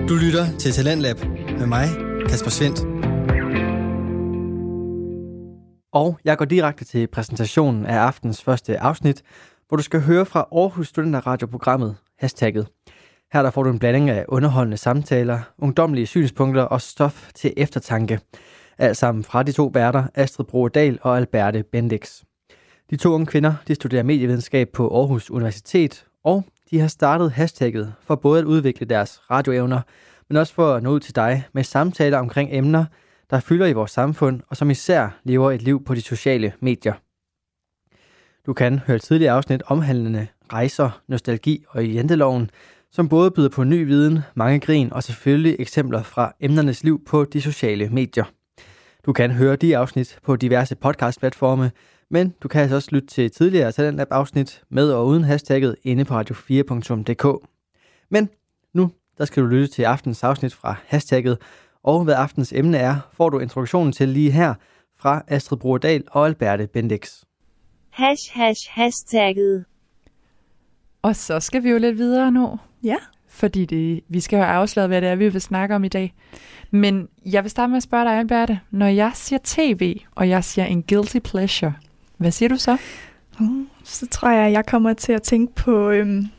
Du lytter til Talentlab med mig, Kasper Svendt. Og jeg går direkte til præsentationen af aftens første afsnit, hvor du skal høre fra Aarhus Studenterradioprogrammet #. Her der får du en blanding af underholdende samtaler, ungdomlige synspunkter og stof til eftertanke. Alt sammen fra de to værter, Astrid Broedal og Alberte Bendix. De to unge kvinder, de studerer medievidenskab på Aarhus Universitet, og de har startet hashtagget for både at udvikle deres radioevner, men også for at nå ud til dig med samtaler omkring emner, der fylder i vores samfund, og som især lever et liv på de sociale medier. Du kan høre tidligere afsnit omhandlende rejser, nostalgi og janteloven, som både byder på ny viden, mange grin og selvfølgelig eksempler fra emnernes liv på de sociale medier. Du kan høre de afsnit på diverse podcastplatforme, men du kan altså også lytte til tidligere Talentlab-afsnit med og uden hashtagget inde på radio4.dk. Men nu der skal du lytte til aftens afsnit fra hashtagget, og hvad aftens emne er, får du introduktionen til lige her fra Astrid Broedal og Alberte Bendix. Hashtagget. Og så skal vi jo lidt videre nu. Ja. Fordi vi skal jo afsløre, hvad det er, vi vil snakke om i dag. Men jeg vil starte med at spørge dig, Alberte. Når jeg siger tv, og jeg siger en guilty pleasure, hvad siger du så? Så tror jeg kommer til at tænke på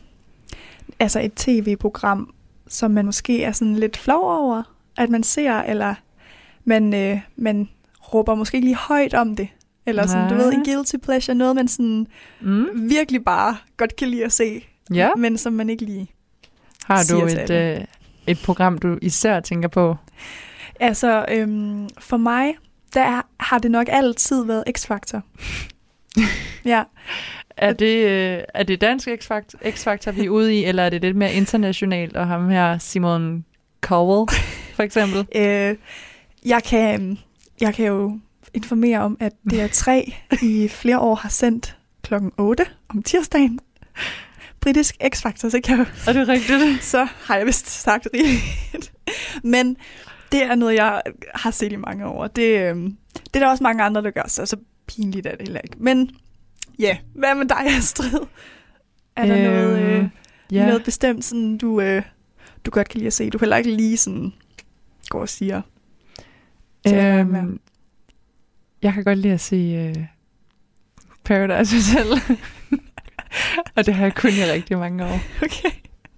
et tv-program, som man måske er sådan lidt flov over, at man ser, eller man råber måske ikke lige højt om det. Eller sådan, du ved, en guilty pleasure, noget man sådan virkelig bare godt kan lide at se, men som man ikke lige har du et program, du især tænker på? Altså, for mig, har det nok altid været X-Factor. Ja. Er det dansk X-Factor, vi er ude i, eller er det lidt mere internationalt, og ham her Simon Cowell, for eksempel? Jeg kan jo informere om, at DR3 i flere år har sendt 8:00 om tirsdagen. Britisk X-Factor, så kan jeg jo... Er det rigtigt? Så har jeg vist sagt rigeligt. Men det er noget, jeg har set i mange år. Det er der også mange andre, der gør, så pinligt er det heller ikke. Men ja, hvad med dig, Astrid? Er der noget bestemt, sådan, du godt kan lide at se? Du heller ikke lige sådan går og siger... Jeg kan godt lide at se Paradise Hotel. Og det har jeg kun i rigtig mange år. Okay.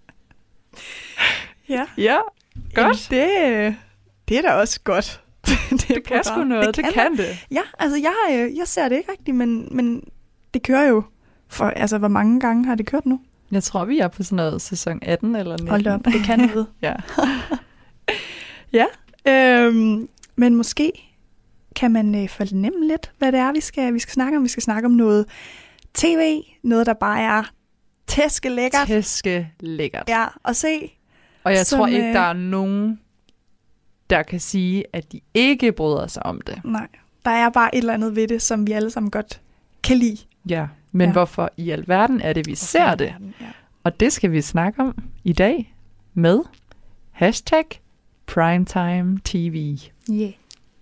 Ja, godt. Det er da også godt. Det kan sgu noget, det kan det. Ja, altså jeg ser det ikke rigtigt, men det kører jo. For hvor mange gange har det kørt nu? Jeg tror, vi er på sådan noget sæson 18 eller 19. Hold op, det kan noget. Ja. Ja, men måske kan man fornemme lidt, hvad det er, vi skal snakke om. Vi skal snakke om noget tv, noget, der bare er tæskelækkert. Tæskelækkert. Ja, og se. Og jeg tror ikke, der er nogen, der kan sige, at de ikke bryder sig om det. Nej, der er bare et eller andet ved det, som vi alle sammen godt kan lide. Ja, men hvorfor i alverden er det, vi ser det? Ja. Og det skal vi snakke om i dag med #Primetime TV. Yeah.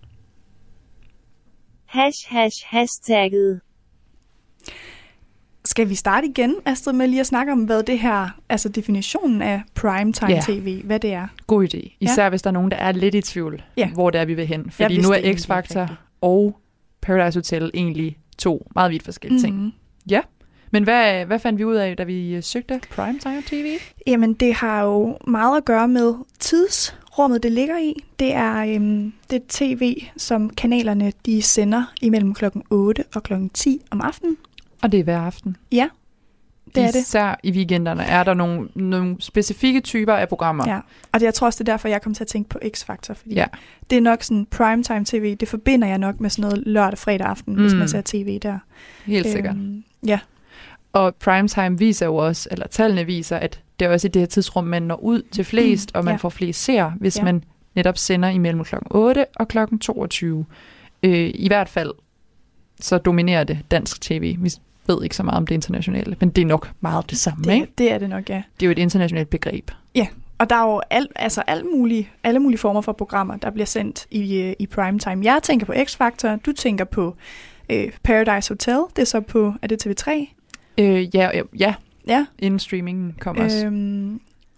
Hashtagget. Skal vi starte igen, Astrid, med lige at snakke om, hvad det her, altså definitionen af primetime TV, hvad det er? God idé. Især hvis der er nogen, der er lidt i tvivl, hvor det er, vi vil hen. Fordi nu er X-Factor og Paradise Hotel egentlig to meget vidt forskellige ting. Ja, men hvad fandt vi ud af, da vi søgte primetime TV? Jamen, det har jo meget at gøre med tidsrummet, det ligger i. Det er det tv, som kanalerne de sender imellem klokken 8 og klokken 10 om aftenen. Og det er hver aften? Ja, det er det. Især i weekenderne er der nogle specifikke typer af programmer. Ja, og jeg tror også, det er derfor, jeg kom til at tænke på X-Factor, fordi det er nok sådan primetime tv, det forbinder jeg nok med sådan noget lørdag fredag aften, hvis man ser tv der. Helt sikkert. Ja. Og primetime viser jo også, eller tallene viser, at det er også i det her tidsrum, man når ud til flest, og man får flest seere, hvis man netop sender imellem klokken 8 og klokken 22. I hvert fald, så dominerer det dansk tv. Vi ved ikke så meget om det internationale, men det er nok meget det samme, ikke? Det er det nok, ja. Det er jo et internationalt begreb. Ja, og der er jo alle mulige former for programmer, der bliver sendt i primetime. Jeg tænker på X-Factor, du tænker på Paradise Hotel, det er så på, er det TV3? Ja. Inden streamingen kommer også.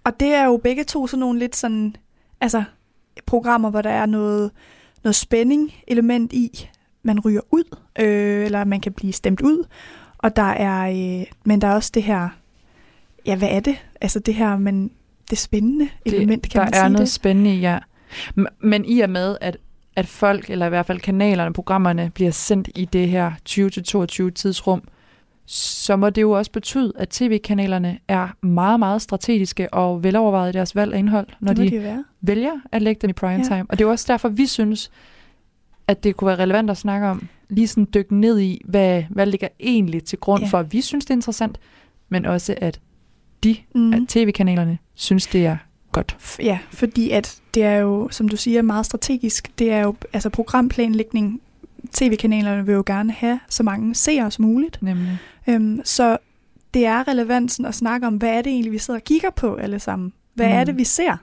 Og det er jo begge to sådan nogle lidt sådan, altså programmer, hvor der er noget spænding element i. Man ryger ud, eller man kan blive stemt ud. Og der er, men der er også det her, ja, hvad er det? Altså det her, men det spændende element, kan man sige det? Der er noget spændende, ja. Men i og med, at folk, eller i hvert fald kanalerne, programmerne, bliver sendt i det her 20-22 tidsrum, så må det jo også betyde, at tv-kanalerne er meget, meget strategiske og velovervejet i deres valg af indhold, når de vælger at lægge dem i primetime. Ja. Og det er også derfor, vi synes, at det kunne være relevant at snakke om, lige sådan dykke ned i, hvad ligger egentlig til grund for, at vi synes, det er interessant, men også, at at tv-kanalerne synes, det er godt. Ja, fordi at det er jo, som du siger, meget strategisk. Det er jo altså programplanlægning. TV-kanalerne vil jo gerne have så mange seere som muligt. Nemlig. Så det er relevant at snakke om, hvad er det egentlig, vi sidder og kigger på alle sammen? Hvad er det, vi ser?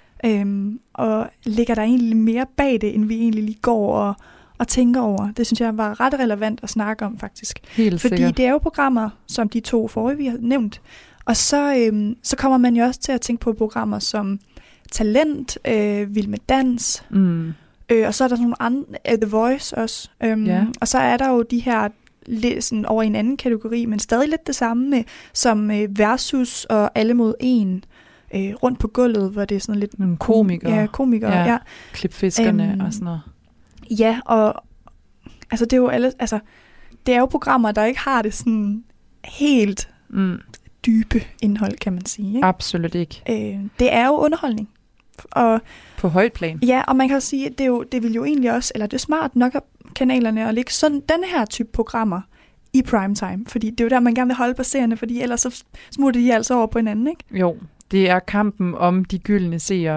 Og ligger der egentlig mere bag det, end vi egentlig lige går og tænker over? Det synes jeg var ret relevant at snakke om, faktisk. Helt fordi sikkert. Det er jo programmer, som de 2 forrige, vi har nævnt. Og så kommer man jo også til at tænke på programmer som Talent, Vild med Dans, og så er der nogle andre, The Voice også. Og så er der jo de her lidt sådan over i en anden kategori, men stadig lidt det samme med, som Versus og Alle mod en, rundt på gulvet, hvor det er sådan lidt... Nogle komikere. Ja, komikere, ja. Klipfiskerne og sådan noget. Ja, og altså det er jo det er jo programmer, der ikke har det sådan helt dybe indhold, kan man sige. Ikke? Absolut ikke. Det er jo underholdning. Og, på højt plan. Ja, og man kan sige, at det vil jo egentlig også, eller det er smart nok af kanalerne at lægge sådan den her type programmer i primetime, fordi det er jo der, man gerne vil holde på seerne, fordi ellers så smutter de altså over på hinanden, ikke? Jo, det er kampen om de gyldne seere.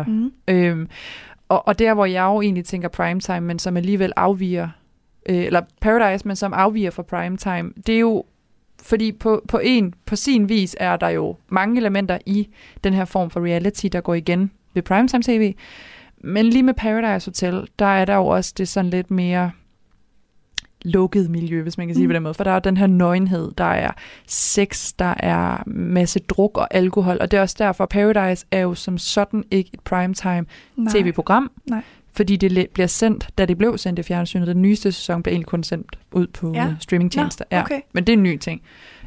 Og der, hvor jeg jo egentlig tænker primetime, men som alligevel afviger, eller Paradise, men som afviger fra primetime, det er jo, fordi på sin vis er der jo mange elementer i den her form for reality, der går igen ved primetime tv. Men lige med Paradise Hotel, der er der jo også det sådan lidt mere lukket miljø, hvis man kan sige det på den måde. For der er den her nøgenhed, der er sex, der er masse druk og alkohol. Og det er også derfor, Paradise er jo som sådan ikke et primetime tv-program. Nej. Fordi det bliver sendt, da det blev sendt i fjernsynet. Den nyeste sæson blev egentlig kun sendt ud på streamingtjenester. Ja, okay. Men det er en ny ting.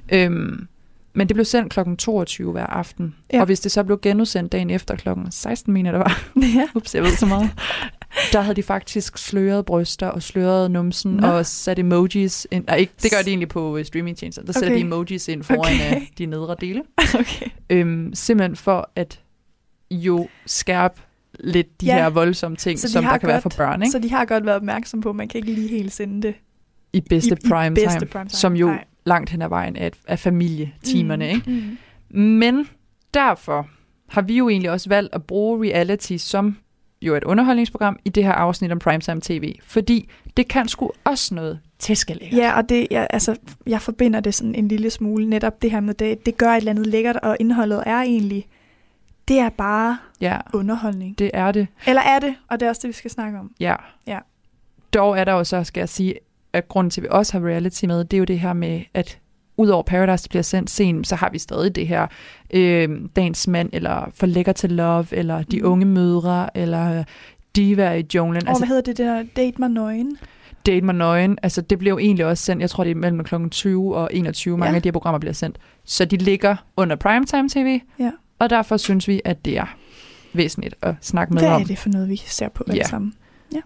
Men det blev sendt kl. 22 hver aften. Ja. Og hvis det så blev genudsendt dagen efter kl. 16, mener det var. Ups, jeg ved så meget. Der havde de faktisk sløret bryster og sløret numsen og sat emojis ind. Nej, ikke, det gør de egentlig på streamingtjenester. Der sætter de emojis ind foran de nedre dele. Simpelthen for at jo skærpe lidt de her voldsomme ting, som der kan være for børn. Ikke? Så de har godt været opmærksom på, at man kan ikke lige helt sende det i bedste primetime, som jo langt hen ad vejen er familietimerne. Ikke? Men derfor har vi jo egentlig også valgt at bruge reality som jo et underholdningsprogram i det her afsnit om primetime tv, fordi det kan sgu også noget tæskelækkert. Ja, og det, jeg forbinder det sådan en lille smule, netop det her med det gør et eller andet lækkert, og indholdet er egentlig, det er bare underholdning. Det er det. Eller er det, og det er også det, vi skal snakke om. Ja. Dog er der jo så, skal jeg sige, at grunden til, at vi også har reality med, det er jo det her med, at udover Paradise, der bliver sendt sent, så har vi stadig det her Dagens Mand, eller For Lækker til Love, eller De Unge Mødre, eller Diva i Junglen. Hvad hedder det der? Date mig nøgen? Date mig nøgen. Altså, det blev jo egentlig også sendt, jeg tror, det er mellem kl. 20 og 21, mange af de her programmer bliver sendt. Så de ligger under primetime tv, og derfor synes vi, at det er væsentligt at snakke med om. Hvad er det for noget, vi ser på alle sammen? Ja.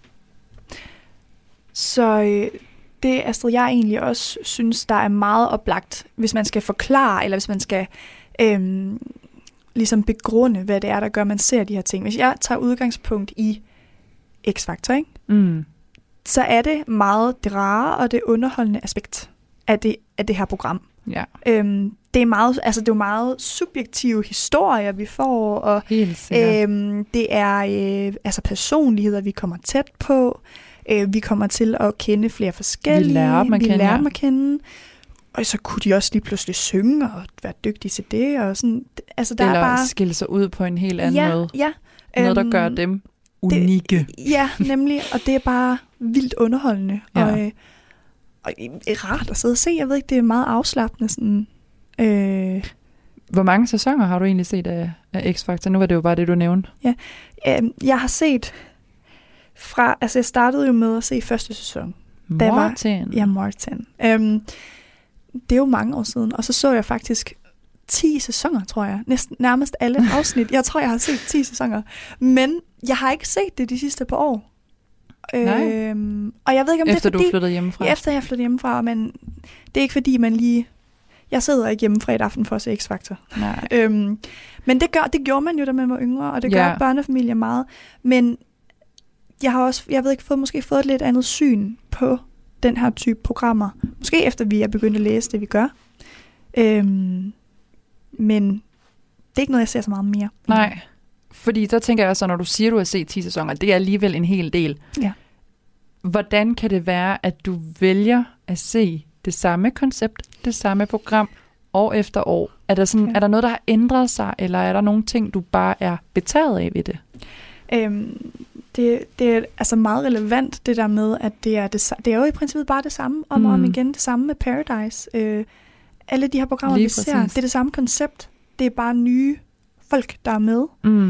Så det, Astrid, jeg egentlig også synes, der er meget oplagt, hvis man skal forklare, eller hvis man skal ligesom begrunde, hvad det er, der gør, man ser de her ting. Hvis jeg tager udgangspunkt i X-Factor, ikke? Så er det meget det rare og det underholdende aspekt af det her program. Ja. Det er meget, altså det er jo meget subjektive historier, vi får, og det er altså personligheder, vi kommer tæt på. Vi kommer til at kende flere forskellige. Vi lærer dem at kende. Og så kunne de også lige pludselig synge og være dygtige til det. Og sådan, altså, der eller er bare skille sig ud på en helt anden måde. Ja. Noget, der gør dem unikke. Nemlig. Og det er bare vildt underholdende. Ja. Og rart at sidde og se. Jeg ved ikke, det er meget afslappende. Sådan, Hvor mange sæsoner har du egentlig set af X-Factor? Nu var det jo bare det, du nævnte. Ja, jeg har set jeg startede jo med at se første sæson. Martin. Martin. Det er jo mange år siden, og så jeg faktisk 10 sæsoner, tror jeg. Nærmest alle afsnit. Jeg tror, jeg har set 10 sæsoner. Men jeg har ikke set det de sidste par år. Nej. Og jeg ved ikke, om efter det er fordi... du flyttede hjemmefra? Ja, efter jeg flyttede hjemmefra, men det er ikke fordi, man lige... Jeg sidder ikke hjemme fredag aften for at se X-Factor. Nej. Men det gjorde man jo, da man var yngre, og det gør børnefamilier meget. Men jeg har også, måske fået et lidt andet syn på den her type programmer. Måske efter vi er begyndt at læse det, vi gør. Men det er ikke noget, jeg ser så meget mere. Nej, fordi der tænker jeg så, når du siger, du har set 10 sæsoner, det er alligevel en hel del. Ja. Hvordan kan det være, at du vælger at se det samme koncept, det samme program, år efter år? Er der noget, der har ændret sig, eller er der nogle ting, du bare er betaget af ved det? Det er altså meget relevant, det der med, at det er jo i princippet bare det samme, om og om igen, det samme med Paradise. Alle de her programmer, vi ser, det er det samme koncept. Det er bare nye folk, der er med.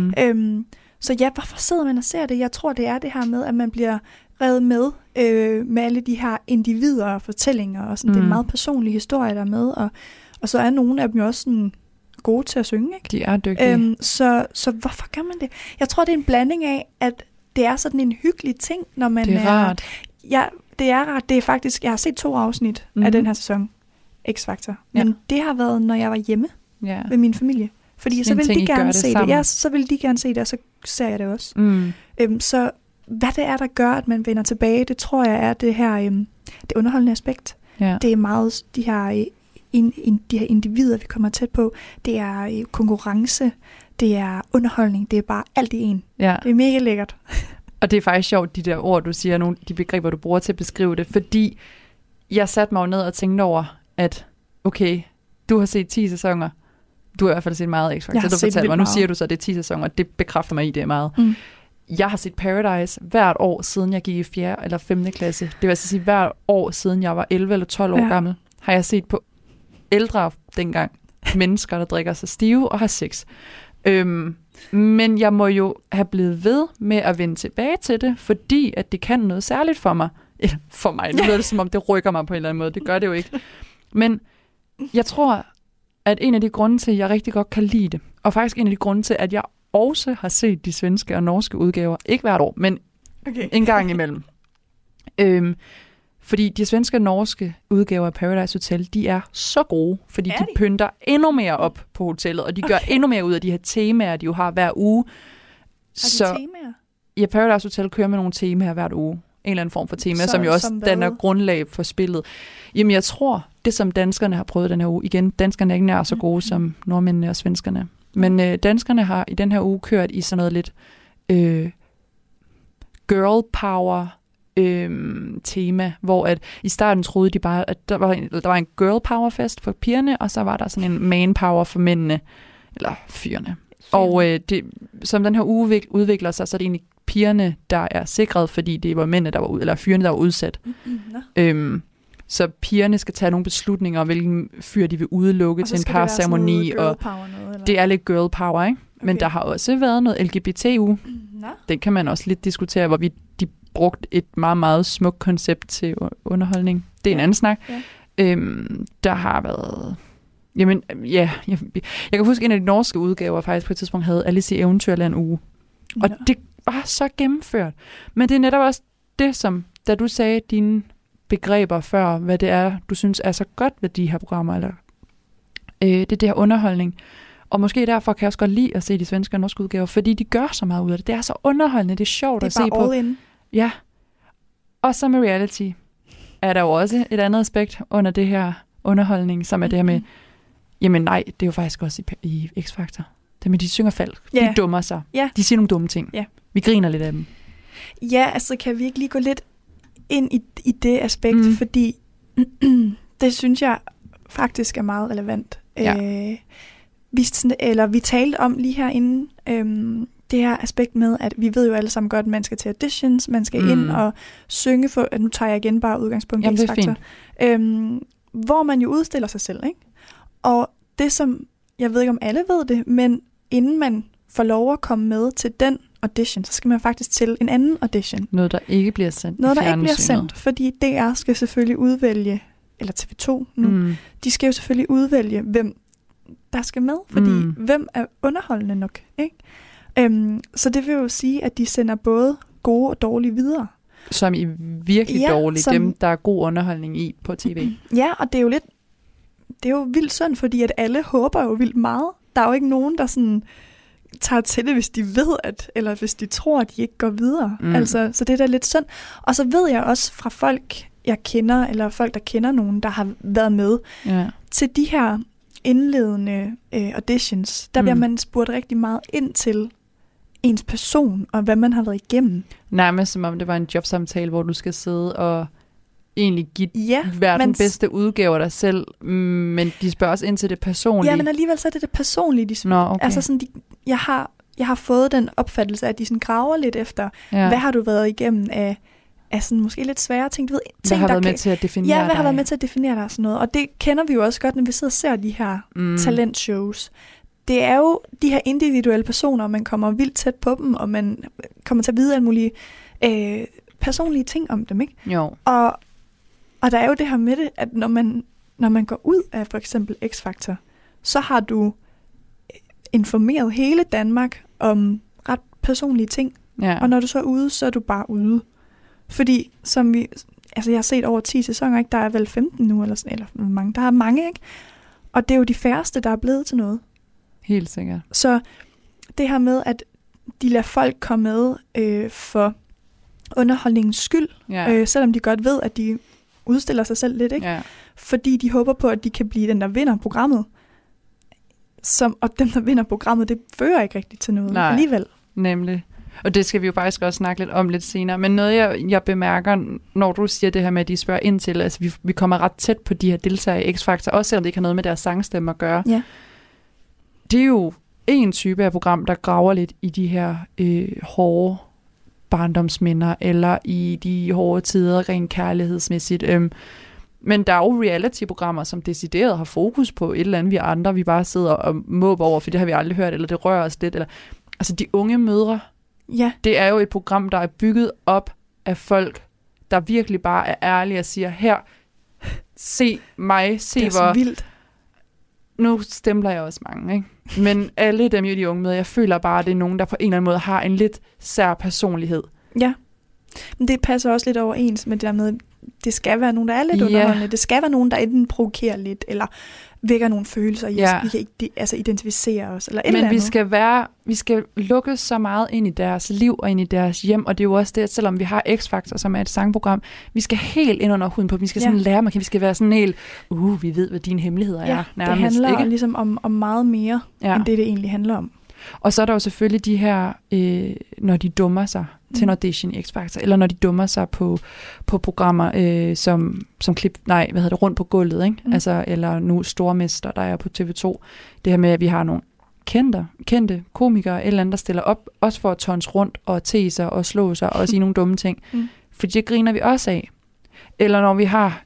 Så ja, hvorfor sidder man og ser det? Jeg tror, det er det her med, at man bliver revet med alle de her individer og fortællinger, og sådan, det er meget personlige historier, der er med, og så er nogle af dem jo også sådan gode til at synge, ikke? De er dygtige. Så hvorfor gør man det? Jeg tror, det er en blanding af, at det er sådan en hyggelig ting, når man det er rart. Ja, det er rart. Det er faktisk, jeg har set 2 afsnit af den her sæson, X-Factor. Men det har været, når jeg var hjemme med min familie. Fordi så ville de gerne se det. Ja, så ville de gerne se det, og så ser jeg det også. Så hvad det er, der gør, at man vender tilbage, det tror jeg er det her det underholdende aspekt. Ja. Det er meget de her individer, vi kommer tæt på. Det er konkurrence, det er underholdning, det er bare alt i en. Ja. Det er mega lækkert. Og det er faktisk sjovt, de der ord, du siger, nogle de begreber, du bruger til at beskrive det, fordi jeg satte mig ned og tænkte over, at okay, du har set 10 sæsoner, du har i hvert fald set meget X-Factor, du fortalte mig, nu siger du så, at det er 10 sæsoner, det bekræfter mig i, det er meget. Jeg har set Paradise hvert år, siden jeg gik i 4. eller 5. klasse. Det vil altså sige, hvert år, siden jeg var 11 eller 12 år gammel, har jeg set på ældre dengang mennesker, der drikker sig stive og har sex. Men jeg må jo have blevet ved med at vende tilbage til det, fordi at det kan noget særligt for mig. Eller for mig, nu lyder det som om det rykker mig på en eller anden måde. Det gør det jo ikke. Men jeg tror, at en af de grunde til, at jeg rigtig godt kan lide det, og faktisk en af de grunde til, at jeg også har set de svenske og norske udgaver, ikke hvert år, men en gang imellem. Fordi de svenske og norske udgaver af Paradise Hotel, de er så gode, fordi de pynter endnu mere op på hotellet, og de gør endnu mere ud af de her temaer, de jo har hver uge. Så temaer? Ja, Paradise Hotel kører med nogle temaer hver uge. En eller anden form for tema, som jo også danner grundlag for spillet. Jamen, jeg tror, det som danskerne har prøvet den her uge, igen, danskerne er ikke nær så gode som nordmændene og svenskerne, men danskerne har i den her uge kørt i sådan noget lidt girl power tema, hvor at i starten troede de bare, at der var en girl power fest for pigerne, og så var der sådan en man power for mændene, eller fyrene. Og som den her uge udvikler sig, så er det egentlig pigerne, der er sikret, fordi det var mændene, der var eller fyrene, der var udsat. Så pigerne skal tage nogle beslutninger om, hvilken fyr de vil udelukke til en parceremoni, og det er lidt girl power, ikke? Okay. Men der har også været noget LGBT-uge. Den kan man også lidt diskutere, hvor de brugt et meget, meget smukt koncept til underholdning. Det er en anden snak. Ja. Der har været... Jamen, ja, jeg kan huske, en af de norske udgaver faktisk på et tidspunkt havde Alice i Eventyrland uge. Og det var så gennemført. Men det er netop også det, som, da du sagde dine begreber før, hvad det er, du synes er så godt ved de her programmer, eller det her underholdning. Og måske derfor kan jeg også godt lide at se de svenske og norske udgaver, fordi de gør så meget ud af det. Det er så underholdende, det er sjovt at se på. Det er bare all in. Ja. Og så med reality er der jo også et andet aspekt under det her underholdning, som er det her med, jamen nej, det er jo faktisk også i X-Factor. Det med, de synger falsk. De dummer sig. De siger nogle dumme ting. Vi griner lidt af dem. Ja, altså kan vi ikke lige gå lidt ind i det aspekt, fordi det synes jeg faktisk er meget relevant. Vi talte om lige herinde, det her aspekt med, at vi ved jo alle sammen godt, at man skal til auditions, man skal ind og synge for, at nu tager jeg igen bare udgangspunkt i X-Factor, hvor man jo udstiller sig selv, ikke? Og det, som jeg ved ikke om alle ved det, men inden man får lov at komme med til den audition, så skal man faktisk til en anden audition. Noget, der ikke bliver sendt. Noget, der ikke bliver sendt, fordi DR skal selvfølgelig udvælge, eller TV2 nu, de skal jo selvfølgelig udvælge, hvem der skal med, fordi hvem er underholdende nok, ikke? Så det vil jo sige, at de sender både gode og dårlige videre. Som i virkelig dårlige, dem der er god underholdning i på tv. Ja, og det er jo vildt synd, fordi at alle håber jo vildt meget. Der er jo ikke nogen, der sådan tager til det, hvis de ved, eller hvis de tror, at de ikke går videre. Altså, så det er da lidt synd. Og så ved jeg også fra folk, jeg kender, eller folk, der kender nogen, der har været med, til de her indledende auditions, der bliver man spurgt rigtig meget ind til ens person, og hvad man har været igennem. Nærmest som om det var en jobsamtale, hvor du skal sidde og egentlig give den bedste udgave af dig selv, men de spørger også ind til det personlige. Ja, men alligevel så er det personlige, de spørger. Okay. Altså sådan, jeg har fået den opfattelse, at de sådan graver lidt efter, hvad har du været igennem af sådan måske lidt svære ting, du ved. Hvad har været med til at definere dig? Ja, hvad har været med til at definere dig og sådan noget. Og det kender vi jo også godt, når vi sidder og ser de her talentshows. Det er jo de her individuelle personer, og man kommer vildt tæt på dem, og man kommer til at vide alle mulige personlige ting om dem, ikke? Jo. Og der er jo det her med det, at når man går ud af for eksempel X-Factor, så har du informeret hele Danmark om ret personlige ting. Ja. Og når du så er ude, så er du bare ude. Fordi jeg har set over 10 sæsoner, ikke? Der er vel 15 nu, eller mange. Der er mange, ikke? Og det er jo de færreste, der er blevet til noget. Helt sikkert. Så det her med, at de lader folk komme med for underholdningens skyld, selvom de godt ved, at de udstiller sig selv lidt, ikke? Ja. Fordi de håber på, at de kan blive den, der vinder programmet. Og dem, der vinder programmet, det fører ikke rigtigt til noget alligevel. Nemlig. Og det skal vi jo faktisk også snakke lidt om lidt senere. Men noget, jeg bemærker, når du siger det her med, at de spørger ind til, altså vi kommer ret tæt på de her deltagere i X-Factor, også selvom det ikke har noget med deres sangstemme at gøre. Ja. Det er jo en type af program, der graver lidt i de her hårde barndomsminder, eller i de hårde tider, rent kærlighedsmæssigt. Men der er jo reality-programmer, som decideret har fokus på et eller andet, vi bare sidder og måber over, for det har vi aldrig hørt, eller det rører os lidt. Altså de unge mødre, det er jo et program, der er bygget op af folk, der virkelig bare er ærlige og siger, her, se mig, se det er hvor... vildt. Nu stempler jeg også mange, ikke? Men alle dem jo de unge med, jeg føler bare, at det er nogen, der på en eller anden måde har en lidt sær personlighed. Ja, men det passer også lidt overens med det der med, det skal være nogen, der er lidt underholdende. Det skal være nogen, der enten provokerer lidt, eller vækker nogle følelser i os. Vi kan ikke identificere os. Eller men vi skal lukke så meget ind i deres liv og ind i deres hjem, og det er jo også det, at selvom vi har X-Factor, som er et sangprogram, vi skal helt ind under huden på dem. Vi skal sådan lære mig, vi skal være sådan helt, vi ved, hvad dine hemmeligheder er. Nærmest, det handler ikke? Ligesom om meget mere, end det egentlig handler om. Og så er der jo selvfølgelig de her, når de dummer sig til en audition i X-Factor, eller når de dummer sig på programmer som klip, rundt på gulvet, ikke? Altså, eller nu Stormester, der er på TV2. Det her med, at vi har nogle kendte komikere, eller andet, der stiller op, også for at tons rundt og te sig og slå sig og sige nogle dumme ting. For det griner vi også af. Eller når vi har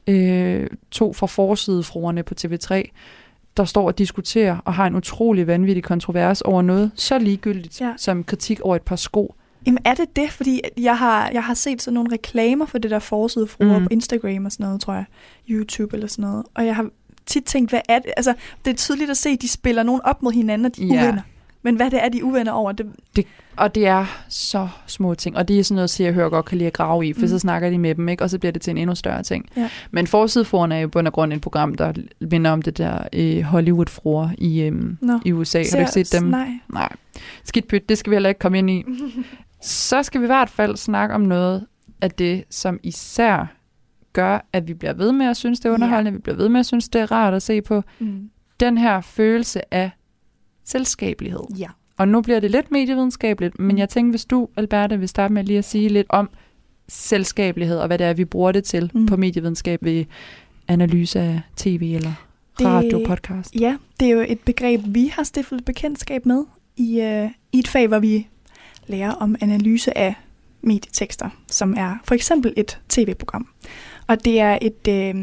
2 fra forsidefruerne på TV3, der står og diskuterer og har en utrolig vanvittig kontrovers over noget så ligegyldigt som kritik over et par sko. Jamen er det? Fordi jeg har set sådan nogle reklamer for det der forsidefruer på Instagram og sådan noget, tror jeg. YouTube eller sådan noget. Og jeg har tit tænkt, hvad er det? Altså, det er tydeligt at se, at de spiller nogen op mod hinanden, og de er uvenner. Men hvad det er, de er uvenner over? Og det er så små ting. Og det er sådan noget, jeg hører godt kan lide at grave i, for så snakker de med dem, ikke? Og så bliver det til en endnu større ting. Ja. Men forsidefruerne er jo bund og grund et program, der minder om det der Hollywood-fruer i USA. Har du ikke set dem? Nej. Skidt pyt, det skal vi heller ikke komme ind i. Så skal vi i hvert fald snakke om noget af det, som især gør, at vi bliver ved med at synes, det er underholdende, vi bliver ved med at synes, det er rart at se på. Den her følelse af selskabelighed. Ja. Og nu bliver det lidt medievidenskabeligt, men jeg tænker, hvis du, Alberte, vil starte med lige at sige lidt om selskabelighed, og hvad det er, vi bruger det til på medievidenskab ved analyse af tv eller radio, podcast. Ja, det er jo et begreb, vi har stiftet bekendtskab med i et fag, hvor vi lærer om analyse af medietekster, som er for eksempel et tv-program. Og det er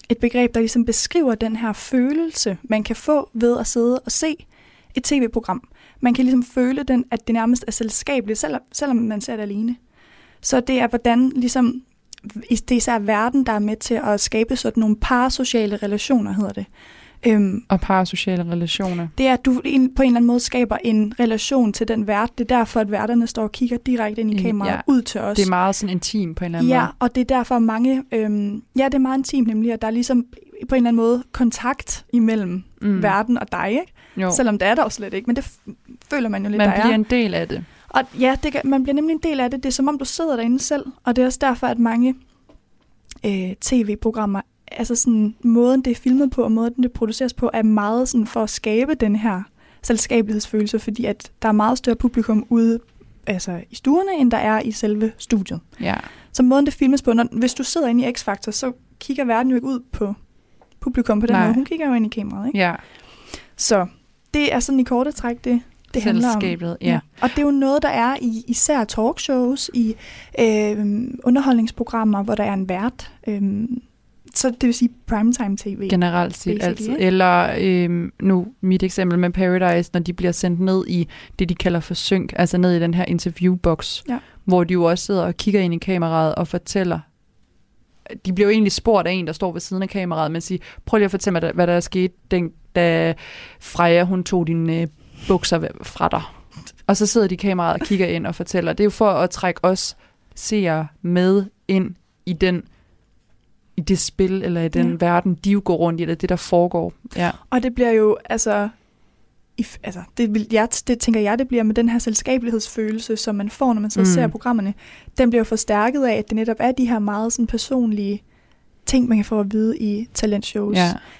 et begreb, der ligesom beskriver den her følelse, man kan få ved at sidde og se et tv-program. Man kan ligesom føle den, at det nærmest er selskabeligt, selvom man ser det alene. Så det er, hvordan ligesom, det er især verden, der er med til at skabe sådan nogle parasociale relationer, hedder det. Og parasociale relationer? Det er, at du på en eller anden måde skaber en relation til den vært. Det er derfor, at værterne står og kigger direkte ind i kameraet ud til os. Det er meget sådan intim på en eller anden måde. Ja, og det er derfor mange... det er meget intimt nemlig, at der er ligesom på en eller anden måde kontakt imellem verden og dig, ikke? Jo. Selvom det er der jo slet ikke, men det føler man jo lidt, man der er. Man bliver en del af det. Og ja, man bliver nemlig en del af det. Det er som om, du sidder derinde selv, og det er også derfor, at mange tv-programmer, altså sådan måden, det er filmet på, og måden, det produceres på, er meget sådan for at skabe den her selskabelighedsfølelse, fordi at der er meget større publikum ude altså i stuerne, end der er i selve studiet. Ja. Så måden, det filmes på, hvis du sidder inde i X-Factor, så kigger verden jo ikke ud på publikum på den måde. Hun kigger jo ind i kameraet, ikke? Ja. Så det er sådan i korte træk, det handler om. Ja. Og det er jo noget, der er i især talkshows, i underholdningsprogrammer, hvor der er en vært. Så det vil sige primetime tv. Generelt set altid. Eller nu mit eksempel med Paradise, når de bliver sendt ned i det, de kalder for synk, altså ned i den her interviewbox, hvor de jo også sidder og kigger ind i kameraet og fortæller. De bliver jo egentlig spurgt af en, der står ved siden af kameraet, men siger, prøv lige at fortælle mig, hvad der er sket, da Freja, hun tog dine bukser fra dig. Og så sidder de i kameraet og kigger ind og fortæller. Det er jo for at trække os seere med ind i det spil, eller i den verden, de jo går rundt i, eller det, der foregår. Ja. Og det bliver jo, det tænker jeg, det bliver med den her selskabelighedsfølelse, som man får, når man så ser programmerne. Den bliver jo forstærket af, at det netop er de her meget sådan personlige ting, man kan få at vide i talentshows.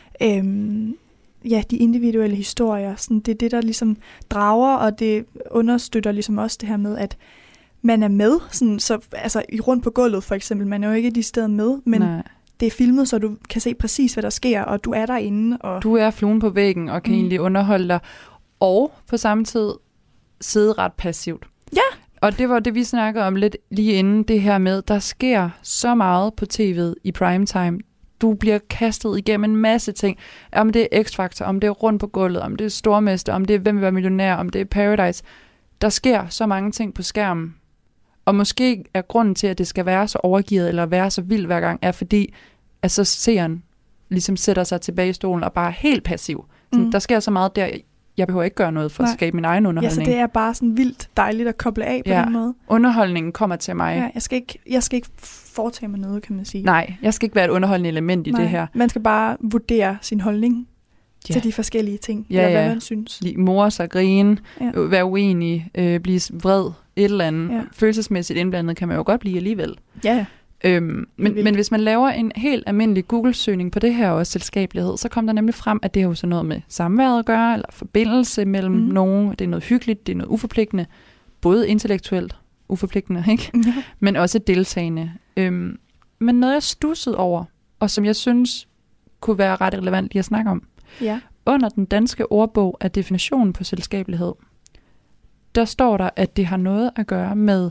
Ja. De individuelle historier. Sådan, det er det, der ligesom drager, og det understøtter ligesom også det her med, at man er med. Sådan, så, altså i rundt på gulvet for eksempel. Man er jo ikke de steder med, men det er filmet, så du kan se præcis, hvad der sker, og du er derinde. Og du er fluen på væggen, og kan egentlig underholde dig. Og på samme tid sidde ret passivt. Ja. Og det var det, vi snakkede om lidt lige inden det her med, der sker så meget på tv'et i primetime. Du bliver kastet igennem en masse ting. Om det er X-Factor, om det er rundt på gulvet, om det er Stormester, om det er Hvem vil være millionær, om det er Paradise. Der sker så mange ting på skærmen. Og måske er grunden til, at det skal være så overgivet, eller være så vildt hver gang, er fordi, at så seeren ligesom sætter sig tilbage i stolen og bare er helt passiv. Så der sker så meget der. Jeg behøver ikke gøre noget for at skabe min egen underholdning. Ja, så det er bare sådan vildt dejligt at koble af på den måde. Underholdningen kommer til mig. Ja, jeg skal ikke foretage mig noget, kan man sige. Nej, jeg skal ikke være et underholdende element i det her. Man skal bare vurdere sin holdning til de forskellige ting, eller hvad man synes. More sig, grine, være uenig, blive vred, et eller andet. Ja. Følelsesmæssigt indblandet kan man jo godt blive alligevel. Ja. Men hvis man laver en helt almindelig Google-søgning på det her også selskabelighed, så kommer der nemlig frem, at det har jo så noget med samværet at gøre, eller forbindelse mellem nogen. Det er noget hyggeligt, det er noget uforpligtende, både intellektuelt uforpligtende, ikke? Ja. Men også deltagende. Men noget jeg stussede over, og som jeg synes kunne være ret relevant lige at snakke om. Ja. Under den danske ordbog af definitionen på selskabelighed, der står der, at det har noget at gøre med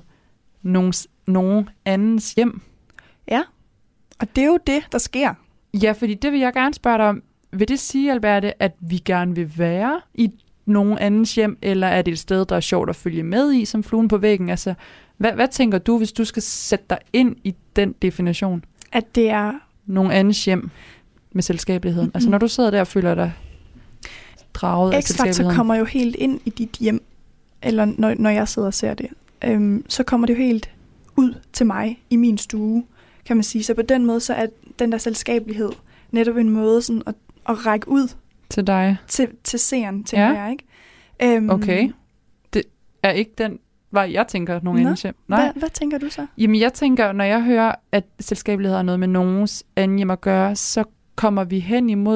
nogen andens hjem. Ja, og det er jo det, der sker. Ja, fordi det vil jeg gerne spørge dig om. Vil det sige, Alberte, at vi gerne vil være i nogen andens hjem, eller er det et sted, der er sjovt at følge med i, som fluen på væggen? Altså, hvad tænker du, hvis du skal sætte dig ind i den definition? At det er nogen andens hjem med selskabeligheden. Altså, når du sidder der og føler dig draget af selskabeligheden. X-Factor kommer jo helt ind i dit hjem, eller når jeg sidder og ser det. Så kommer det jo helt ud til mig i min stue, kan man sige. Så på den måde, så er den der selskabelighed netop en måde sådan at række ud til dig. Til seeren, tænker jeg, ikke? Okay. Det er ikke den vej, jeg tænker, nogen andens hjem. Nej. Hvad tænker du så? Jamen, jeg tænker, når jeg hører, at selskabelighed har noget med nogens anden hjem at gøre, så kommer vi hen imod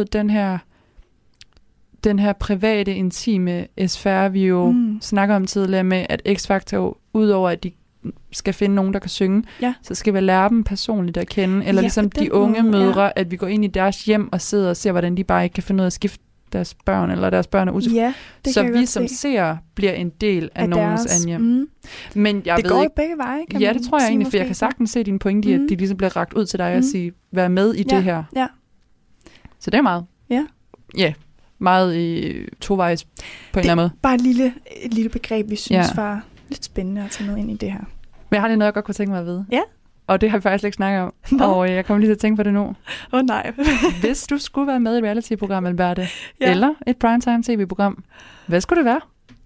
den her private, intime sfære, vi jo snakker om tidligere med, at X-Factor, udover at de skal finde nogen, der kan synge, så skal vi lære dem personligt at kende, eller ligesom de unge mødre, at vi går ind i deres hjem og sidder og ser, hvordan de bare ikke kan finde ud af at skifte deres børn, eller deres børn er utilfredse. Ja, det så vi som seere bliver en del af nogens anden hjem. Men jeg det ved går ikke, begge veje, kan det tror jeg egentlig, for jeg kan sagtens se din pointe i, at de ligesom bliver rakt ud til dig og sige, vær med i det her. Ja. Så det er meget. Ja. Ja, meget i tovejs på en eller anden måde. Bare et lille begreb, vi synes var lidt spændende at tage med ind i det her. Men jeg har lige noget, jeg godt kunne tænke mig at vide. Ja. Og det har vi faktisk ikke snakket om. Og jeg kommer lige til at tænke på det nu. Nej. Hvis du skulle være med i et reality-program, Alberte, eller et primetime tv-program, hvad skulle det være?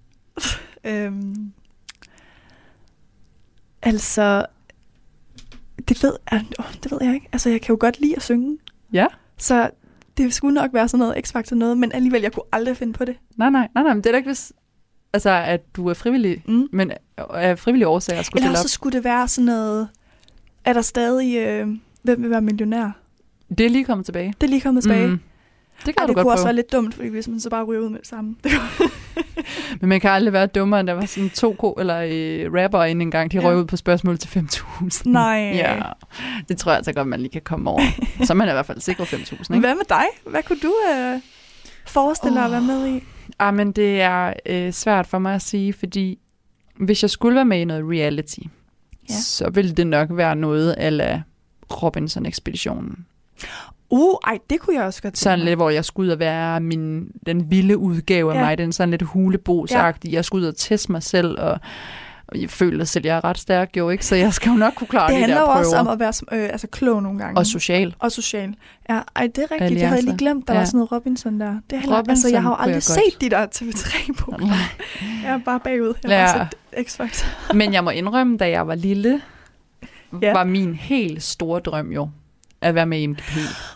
Altså, det ved jeg ikke. Altså, jeg kan jo godt lide at synge. Ja. Så det skulle nok være sådan noget X-Factor noget, men alligevel, jeg kunne aldrig finde på det. Nej, men det er da ikke, hvis altså, at du er frivillig, men af frivillige årsager skulle eller så skulle det være sådan noget, er der stadig, hvem vil være millionær? Det er lige kommet tilbage. Det er lige kommet tilbage. Det kan du det godt kunne også prøve. være lidt dumt, fordi hvis man så bare ryger ud med det samme. Men man kan aldrig være dummere, end der var sådan 2 rapper inden en gang. De røg ud på spørgsmål til 5.000. Nej. Ja, det tror jeg altså godt, man lige kan komme over. Så er man i hvert fald sikret 5.000, ikke? Hvad med dig? Hvad kunne du forestille dig at være med i? Men det er svært for mig at sige, fordi hvis jeg skulle være med i noget reality, så ville det nok være noget a la Robinson-ekspeditionen. Det kunne jeg også godt tænke sådan lidt, hvor jeg skulle ud og være den vilde udgave af mig. Den sådan lidt hulebosagtig. Jeg skulle ud og teste mig selv, og jeg føler selv, at jeg er ret stærk, jo ikke? Så jeg skal jo nok kunne klare det der prøver. Det handler også om at være klog nogle gange. Og social. Ja, det er rigtigt. Alliancer. Det havde jeg lige glemt, der var sådan noget Robinson der. Det handler, Robinson, jeg har jo aldrig set de der TV3-programmer. Jeg er bare bagud. Jeg har bare set X-Factor. Men jeg må indrømme, da jeg var lille, var min helt store drøm jo at være med i MGP.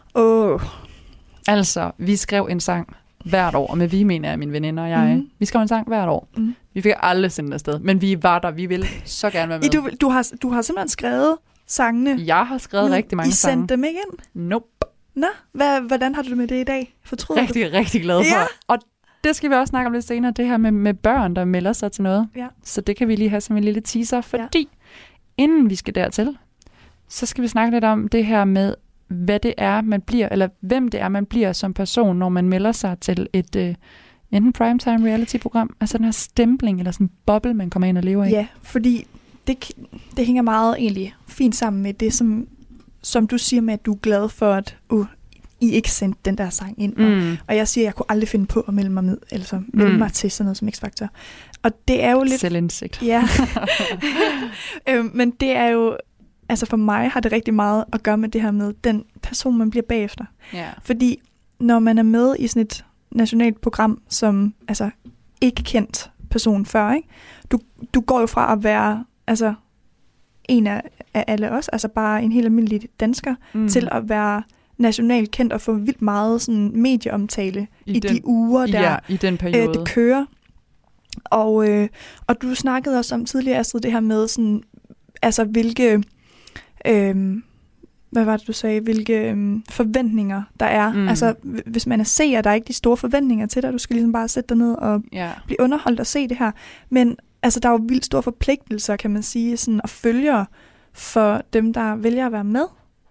Altså, vi skrev en sang hvert år, og med vi mener jeg, mine veninder og jeg. Vi skrev en sang hvert år. Vi fik aldrig sendt afsted, men vi var der. Vi ville så gerne være med. Du har simpelthen skrevet sangene? Jeg har skrevet rigtig mange sange. I sendte dem ikke ind? Nope. Nå, hvordan har du det med det i dag? Fortryder du? Rigtig glad for. Ja. Og det skal vi også snakke om lidt senere, det her med børn, der melder sig til noget. Ja. Så det kan vi lige have som en lille teaser, fordi inden vi skal dertil, så skal vi snakke lidt om det her med, hvad det er, man bliver, eller hvem det er, man bliver som person, når man melder sig til et enten primetime reality-program, altså den her stempling, eller sådan en boble, man kommer ind og lever i. Ja, fordi det hænger meget egentlig fint sammen med det, som du siger med, at du er glad for, at I ikke sendte den der sang ind. Og jeg siger, at jeg kunne aldrig finde på at melde mig med, eller så melde mig til sådan noget som X-Factor. Og det er jo lidt... Selvindsigt. Ja. Men det er jo... Altså for mig har det rigtig meget at gøre med det her med den person, man bliver bagefter. Yeah. Fordi når man er med i sådan et nationalt program, som altså ikke kendt person før, ikke? Du går jo fra at være altså en af alle os, altså bare en helt almindelig dansker, til at være nationalt kendt og få vildt meget sådan medieomtale i de uger, der i den periode. Det kører. Og du snakkede også om tidligere, Astrid, det her med sådan, altså hvilke hvad var det, du sagde? Hvilke forventninger der er. Altså, hvis man er seer, der er ikke de store forventninger til dig. Du skal ligesom bare sætte dig ned og blive underholdt og se det her. Men altså, der er jo vildt store forpligtelser, kan man sige, sådan, og følgere for dem, der vælger at være med.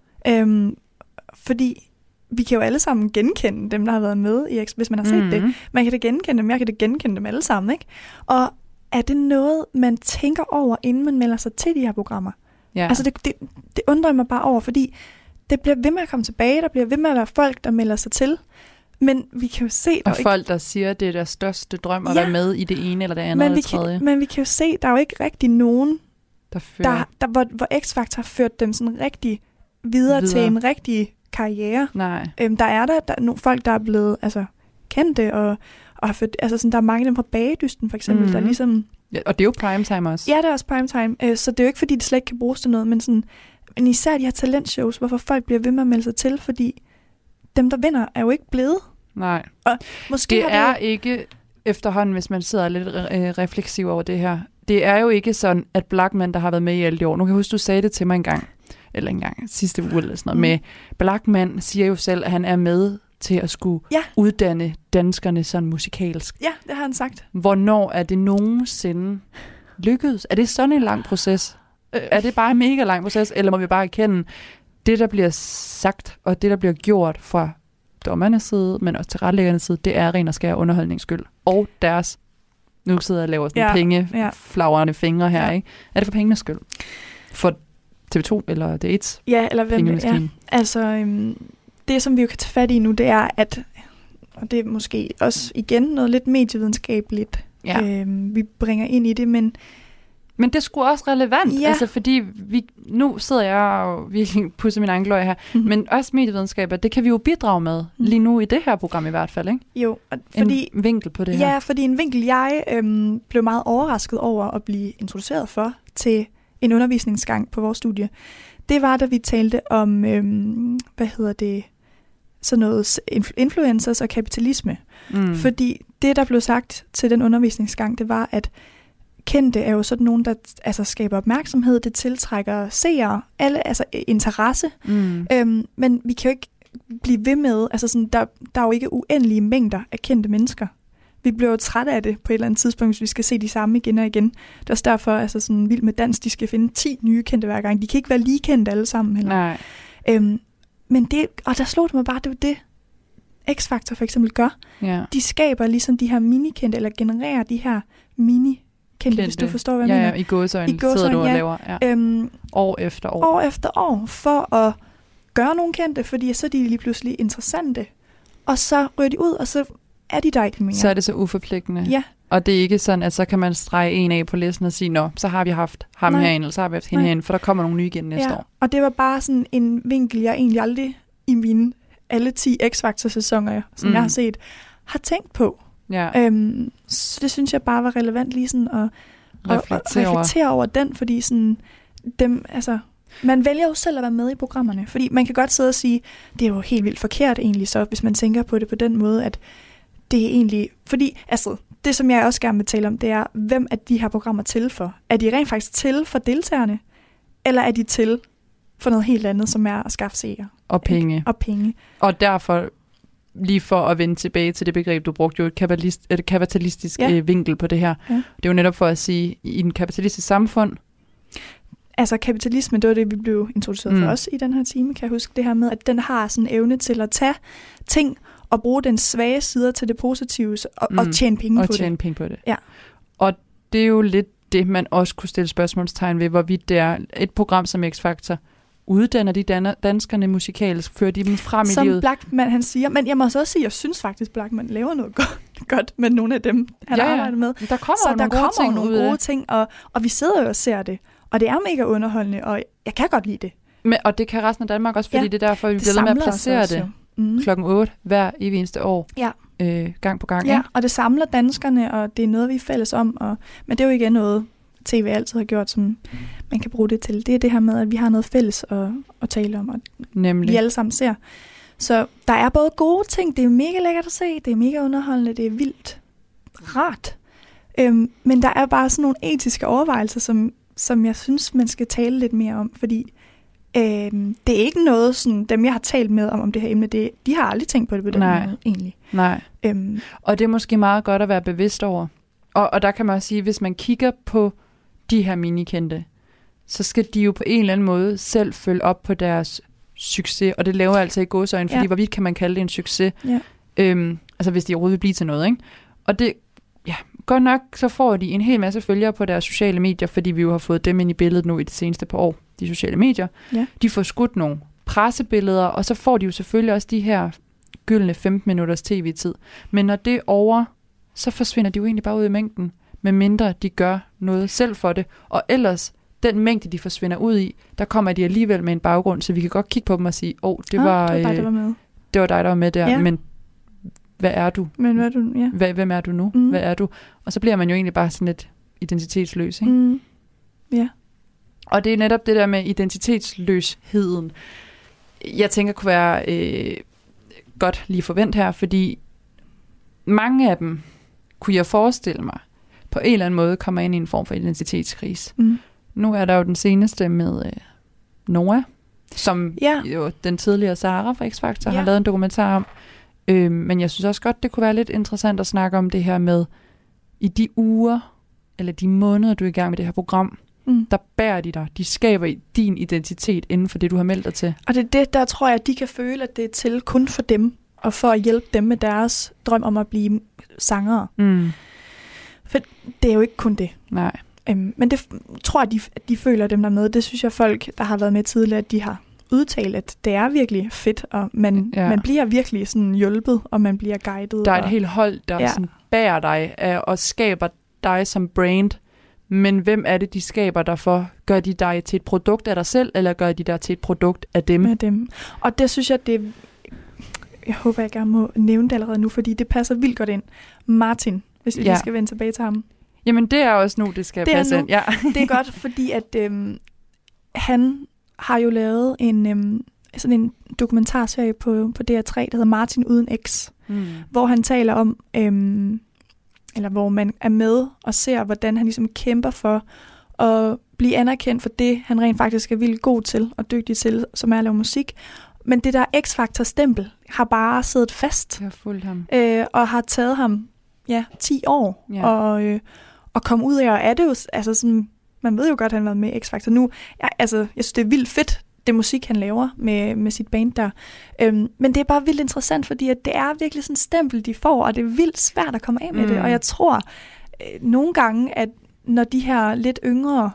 Fordi vi kan jo alle sammen genkende dem, der har været med i hvis man har set det. Man kan da genkende dem, jeg kan da genkende dem alle sammen, ikke? Og er det noget, man tænker over, inden man melder sig til de her programmer? Ja. Altså det undrer mig bare over, fordi det bliver ved med at komme tilbage, der bliver ved med at være folk, der melder sig til, men vi kan jo se... Og folk, der siger, at det er deres største drøm at være med i det ene eller det andet eller det tredje. Men vi kan jo se, der er jo ikke rigtig nogen, hvor X-Factor har ført dem sådan rigtig videre til en rigtig karriere. Nej. Der er nogle folk, der er blevet altså, kendte, og har ført, altså sådan, der er mange af dem fra Bagedysten for eksempel, der ligesom... Ja, og det er jo primetime også. Ja, det er også primetime, så det er jo ikke, fordi det slet ikke kan bruges til noget, men især de her talentshows, hvorfor folk bliver ved med at melde sig til, fordi dem, der vinder, er jo ikke blevet. Nej. Og måske det er ikke efterhånden, hvis man sidder lidt refleksiv over det her. Det er jo ikke sådan, at Blachman, der har været med i alle de år, nu kan jeg huske, du sagde det til mig engang, sidste uge eller sådan noget, med Blachman siger jo selv, at han er med til at skulle uddanne danskerne sådan musikalsk. Ja, det har han sagt. Hvornår er det nogensinde lykkedes? Er det sådan en lang proces? Er det bare en mega lang proces, eller må vi bare erkende, det der bliver sagt, og det der bliver gjort fra dommernes side, men også til retlæggernes side, det er ren og skær underholdningsskyld. Og deres, nu sidder jeg og laver sådan pengeflagrende fingre her, ikke? Er det for pengenes skyld? For TV2 eller D1? Ja, eller hvem det er. Altså, det, som vi jo kan tage fat i nu, det er, at, og det er måske også igen noget lidt medievidenskabeligt, vi bringer ind i det, men det er sgu også relevant, altså fordi nu sidder jeg og virkelig pudser min egen gløje her, men også medievidenskaber, det kan vi jo bidrage med lige nu i det her program i hvert fald, ikke? Jo, fordi en vinkel på det her. Ja, fordi en vinkel, jeg blev meget overrasket over at blive introduceret for til en undervisningsgang på vores studie, det var, da vi talte om, sådan noget influencers og kapitalisme. Fordi det, der blev sagt til den undervisningsgang, det var, at kendte er jo sådan nogen, der altså skaber opmærksomhed, det tiltrækker seere, altså interesse. Men vi kan jo ikke blive ved med, altså sådan, der er jo ikke uendelige mængder af kendte mennesker. Vi bliver jo trætte af det på et eller andet tidspunkt, hvis vi skal se de samme igen og igen. Det er også derfor, altså sådan Vild med Dans, de skal finde 10 nye kendte hver gang. De kan ikke være lige kendte alle sammen heller. Nej. Men det, og der slog det mig bare, det er det, X-Factor for eksempel gør. Ja. De skaber ligesom de her mini-kendte, eller genererer de her mini-kendte, hvis du forstår, hvad jeg mener. Ja, i gåseøjne sidder du og laver. Ja. År efter år. År efter år, for at gøre nogle kendte, fordi så er de lige pludselig interessante. Og så rører de ud, og så er de der ikke mere. Så er det så uforpligtende. Ja. Og det er ikke sådan, at så kan man strege en af på listen og sige, nå, så har vi haft ham herinde, eller så har vi haft hende herinde, for der kommer nogle nye igen næste år. Og det var bare sådan en vinkel, jeg egentlig aldrig i mine alle 10 X-Factor-sæsoner, som jeg har set, har tænkt på. Ja. Så det synes jeg bare var relevant lige sådan at reflektere over den, fordi sådan dem, altså, man vælger jo selv at være med i programmerne, fordi man kan godt sidde og sige, det er jo helt vildt forkert egentlig så, hvis man tænker på det på den måde, at det er egentlig, fordi altså, det som jeg også gerne vil tale om, det er, hvem er de her programmer til for? Er de rent faktisk til for deltagerne, eller er de til for noget helt andet, som er at skaffe seere? Og penge. Og penge. Og derfor, lige for at vende tilbage til det begreb, du brugte jo et kapitalistisk vinkel på det her. Ja. Det er jo netop for at sige, i en kapitalistisk samfund. Altså kapitalisme, det var det, vi blev introduceret for os i den her time, kan jeg huske det her med, at den har sådan en evne til at tage ting og bruge den svage sider til det positive og tjene penge på det. Og tjene penge på det. Ja. Og det er jo lidt det, man også kunne stille spørgsmålstegn ved, hvorvidt det er et program som X-Factor uddanner de danskerne musikalsk, fører de dem frem i livet. Som Blachman, han siger. Men jeg må også sige, jeg synes faktisk, Blachman laver noget godt med nogle af dem, han arbejder med. Der kommer nogle gode ting, og vi sidder jo og ser det. Og det er mega underholdende, og jeg kan godt lide det. Og det kan resten af Danmark også, fordi det er derfor, vi bliver med at placere det klokken 8 hver evig eneste år. Ja. Gang på gang. Ja, og det samler danskerne, og det er noget, vi er fælles om. Men det er jo igen noget, TV altid har gjort, som man kan bruge det til. Det er det her med, at vi har noget fælles at tale om, og vi alle sammen ser. Så der er både gode ting, det er mega lækkert at se, det er mega underholdende, det er vildt rart. Men der er bare sådan nogle etiske overvejelser, som jeg synes, man skal tale lidt mere om, fordi det er ikke noget, sådan, dem jeg har talt med om det her emne, de har aldrig tænkt på det på den måde, egentlig. Nej, og det er måske meget godt at være bevidst over. Og der kan man også sige, hvis man kigger på de her minikendte, så skal de jo på en eller anden måde selv følge op på deres succes, og det laver altså i gåseøjne, fordi hvorvidt kan man kalde det en succes, altså hvis de overhovedet vil blive til noget, ikke? Og det, godt nok, så får de en hel masse følgere på deres sociale medier, fordi vi jo har fået dem ind i billedet nu i det seneste par år, de sociale medier. Ja. De får skudt nogle pressebilleder, og så får de jo selvfølgelig også de her gyldne 15 minutters tv-tid. Men når det er over, så forsvinder de jo egentlig bare ud i mængden, medmindre de gør noget selv for det. Og ellers, den mængde, de forsvinder ud i, der kommer de alligevel med en baggrund, så vi kan godt kigge på dem og sige, det var dig, der var med. Det var dig, der var med der, men hvad er du? Men hvad er du? Ja. Hvem er du nu? Hvad er du? Og så bliver man jo egentlig bare sådan lidt identitetsløs, ikke? Ja. Og det er netop det der med identitetsløsheden, jeg tænker kunne være godt lige forvent her, fordi mange af dem, kunne jeg forestille mig, på en eller anden måde kommer ind i en form for identitetskrise. Nu er der jo den seneste med Noah, som jo den tidligere Sara fra X-Factor har lavet en dokumentar om. Men jeg synes også godt, det kunne være lidt interessant at snakke om det her med, i de uger, eller de måneder, du er i gang med det her program, der bærer de dig. De skaber din identitet inden for det, du har meldt dig til. Og det er det, der tror jeg, at de kan føle, at det er til kun for dem, og for at hjælpe dem med deres drøm om at blive sangere. For det er jo ikke kun det. Nej. Men det tror jeg, at de føler dem der med. Det synes jeg, folk, der har været med tidligere, at de har udtale, at det er virkelig fedt, og man bliver virkelig sådan hjulpet, og man bliver guidet. Der er et helt hold, der sådan bærer dig og skaber dig som brand. Men hvem er det, de skaber dig for? Gør de dig til et produkt af dig selv, eller gør de dig til et produkt af dem? Af dem. Og det synes jeg, jeg håber, jeg gerne må nævne det allerede nu, fordi det passer vildt godt ind. Martin, hvis vi lige skal vende tilbage til ham. Jamen, det er også nu, det skal passe ind. Ja. Det er godt, fordi at han har jo lavet sådan en dokumentarserie på DR3, der hedder Martin uden X, hvor han taler om, eller hvor man er med og ser, hvordan han ligesom kæmper for at blive anerkendt for det, han rent faktisk er vildt god til og dygtig til, som er at lave musik. Men det der X-Factor-stempel har bare siddet fast. Jeg har fulgt ham. Og har taget ham 10 år og komme ud af, og er det jo, altså sådan, man ved jo godt, at han har været med i X-Factor nu. Jeg synes, det er vildt fedt, det musik, han laver med sit band der. Men det er bare vildt interessant, fordi at det er virkelig sådan en stempel, de får, og det er vildt svært at komme af med det. Og jeg tror nogle gange, at når de her lidt yngre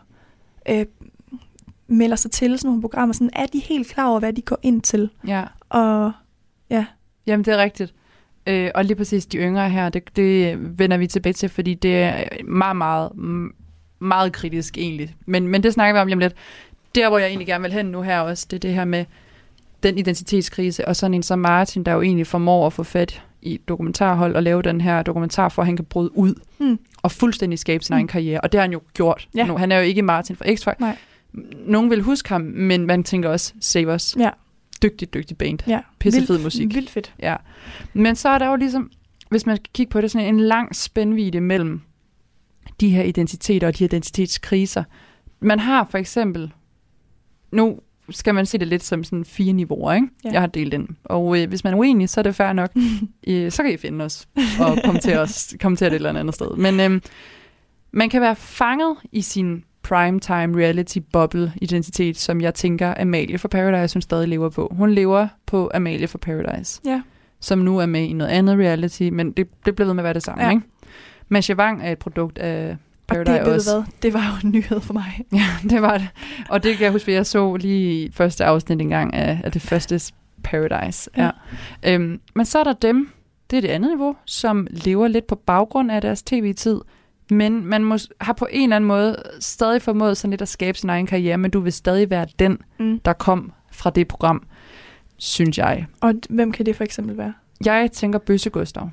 melder sig til sådan nogle programmer, sådan, er de helt klar over, hvad de går ind til. Ja. Og jamen, det er rigtigt. Og lige præcis de yngre her, det vender vi tilbage til, fordi det er meget, meget, meget kritisk egentlig. Men det snakker vi om lige om lidt. Der, hvor jeg egentlig gerne vil hen nu her også, det er det her med den identitetskrise, og sådan en som Martin, der jo egentlig formår at få fat i dokumentarhold og lave den her dokumentar, for at han kan bryde ud og fuldstændig skabe sin egen karriere. Og det har han jo gjort. Ja. Nu, han er jo ikke Martin fra X-Factor. Nogen vil huske ham, men man tænker også, save us. Ja. Dygtig band. Ja. Pissefed musik. Vildt fedt. Ja. Men så er der jo ligesom, hvis man skal kigge på det, sådan en lang spændvidde mellem de her identiteter og de her identitetskriser. Man har for eksempel, nu skal man se det lidt som sådan 4 niveauer, ikke? Ja. Jeg har delt den. Og hvis man er uenig, så er det fair nok. Så kan I finde os og kommentere det et eller andet sted. Men man kan være fanget i sin primetime reality bubble identitet, som jeg tænker Amalie fra Paradise, hun stadig lever på. Hun lever på Amalie fra Paradise, som nu er med i noget andet reality, men det blev ved med at være det samme, ikke? Masha Wang er et produkt af Paradise også. Det var jo en nyhed for mig. Ja, det var det. Og det kan jeg huske, at jeg så lige i første afsnit engang af det første Paradise. Ja. Men så er der dem, det er det andet niveau, som lever lidt på baggrund af deres tv-tid, men man har på en eller anden måde stadig formået sådan lidt at skabe sin egen karriere, men du vil stadig være den, der kom fra det program, synes jeg. Og hvem kan det for eksempel være? Jeg tænker Bøsse Gustav.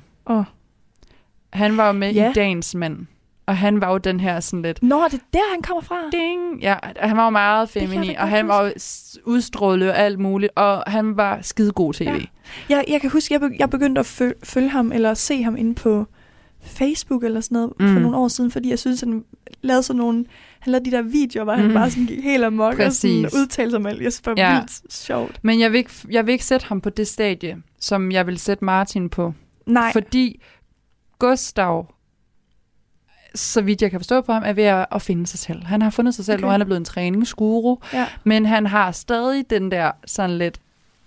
Han var jo med i Dagens Mand, og han var jo den her sådan lidt... Nå, det er der, han kommer fra? Ding! Ja, han var jo meget feminin, og han var jo udstrålet og alt muligt, og han var skidegod tv. Ja. Jeg kan huske, jeg begyndte at følge ham, eller se ham inde på Facebook eller sådan noget for nogle år siden, fordi jeg synes, han lavede sådan nogle... Han lavede de der videoer, hvor han bare sådan gik helt amok og sådan udtalte sig med alt. Jeg synes, det var vildt sjovt. Men jeg vil ikke sætte ham på det stadie, som jeg vil sætte Martin på. Nej. Fordi Gustav, så vidt jeg kan forstå på ham, er ved at finde sig selv. Han har fundet sig selv, og han er blevet en træningsguru, men han har stadig den der sådan lidt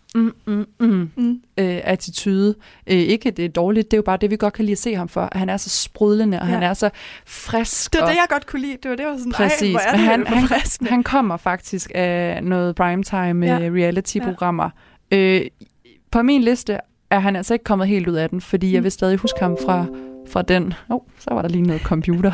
attitude. Ikke det er dårligt, det er jo bare det, vi godt kan lide at se ham for. Han er så sprudlende, og han er så frisk. Det var det, jeg godt kunne lide. Det var sådan, præcis. Han kommer faktisk af noget primetime reality-programmer. På min liste er han altså ikke kommet helt ud af den, fordi jeg vil stadig huske ham fra den. Så var der lige noget computer.